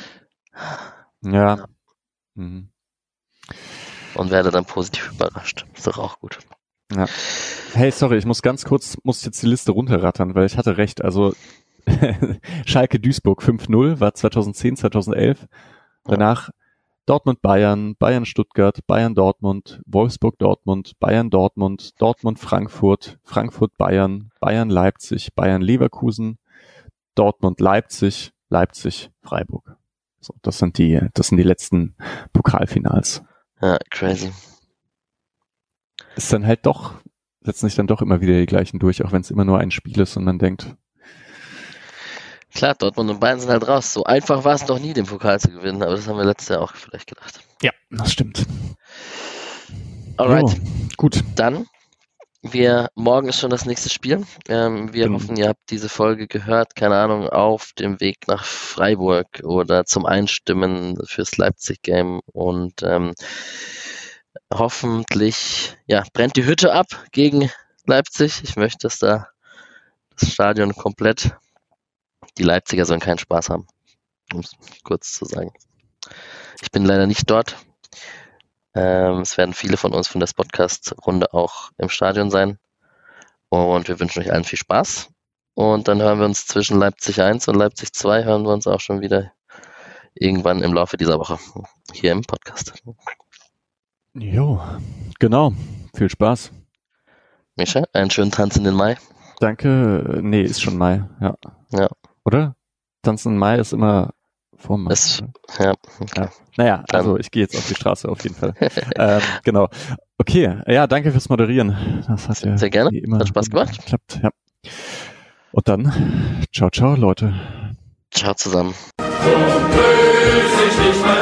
Ja. ja. Mhm. Und werde dann positiv überrascht. Ist doch auch gut. Ja. Hey, sorry, ich muss ganz kurz, muss jetzt die Liste runterrattern, weil ich hatte recht. Also Schalke Duisburg fünf null war zweitausendzehn, zweitausendelf. Danach Dortmund Bayern, Bayern Stuttgart, Bayern Dortmund, Wolfsburg Dortmund, Bayern Dortmund, Dortmund Frankfurt, Frankfurt Bayern, Bayern Leipzig, Bayern Leverkusen, Dortmund Leipzig, Leipzig Freiburg. So, das sind die, das sind die letzten Pokalfinals. Ja, crazy. Ist dann halt doch, setzen sich dann doch immer wieder die gleichen durch, auch wenn es immer nur ein Spiel ist und man denkt, klar, Dortmund und Bayern sind halt raus. So einfach war es noch nie, den Pokal zu gewinnen, aber das haben wir letztes Jahr auch vielleicht gedacht. Ja, das stimmt. Alright, jo, gut. Dann, wir, morgen ist schon das nächste Spiel. Ähm, wir genau. hoffen, ihr habt diese Folge gehört, keine Ahnung, auf dem Weg nach Freiburg oder zum Einstimmen fürs Leipzig-Game und ähm, hoffentlich ja, brennt die Hütte ab gegen Leipzig. Ich möchte, dass da das Stadion komplett, die Leipziger sollen keinen Spaß haben, um es kurz zu sagen. Ich bin leider nicht dort. Ähm, es werden viele von uns von der Podcast-Runde auch im Stadion sein. Und wir wünschen euch allen viel Spaß. Und dann hören wir uns zwischen Leipzig eins und Leipzig zwei, hören wir uns auch schon wieder irgendwann im Laufe dieser Woche hier im Podcast. Jo, genau. Viel Spaß. Mischa, einen schönen Tanz in den Mai. Danke. Nee, ist schon Mai. Ja. Ja. Oder? Tanzen im Mai ist immer vor Mai. Es, ja, okay. ja. Naja, also ich gehe jetzt auf die Straße auf jeden Fall. ähm, genau. Okay, ja, danke fürs Moderieren. Das hat ja sehr gerne. Immer hat Spaß gemacht. Geklappt. Ja. Und dann, ciao, ciao, Leute. Ciao zusammen. So böse ich nicht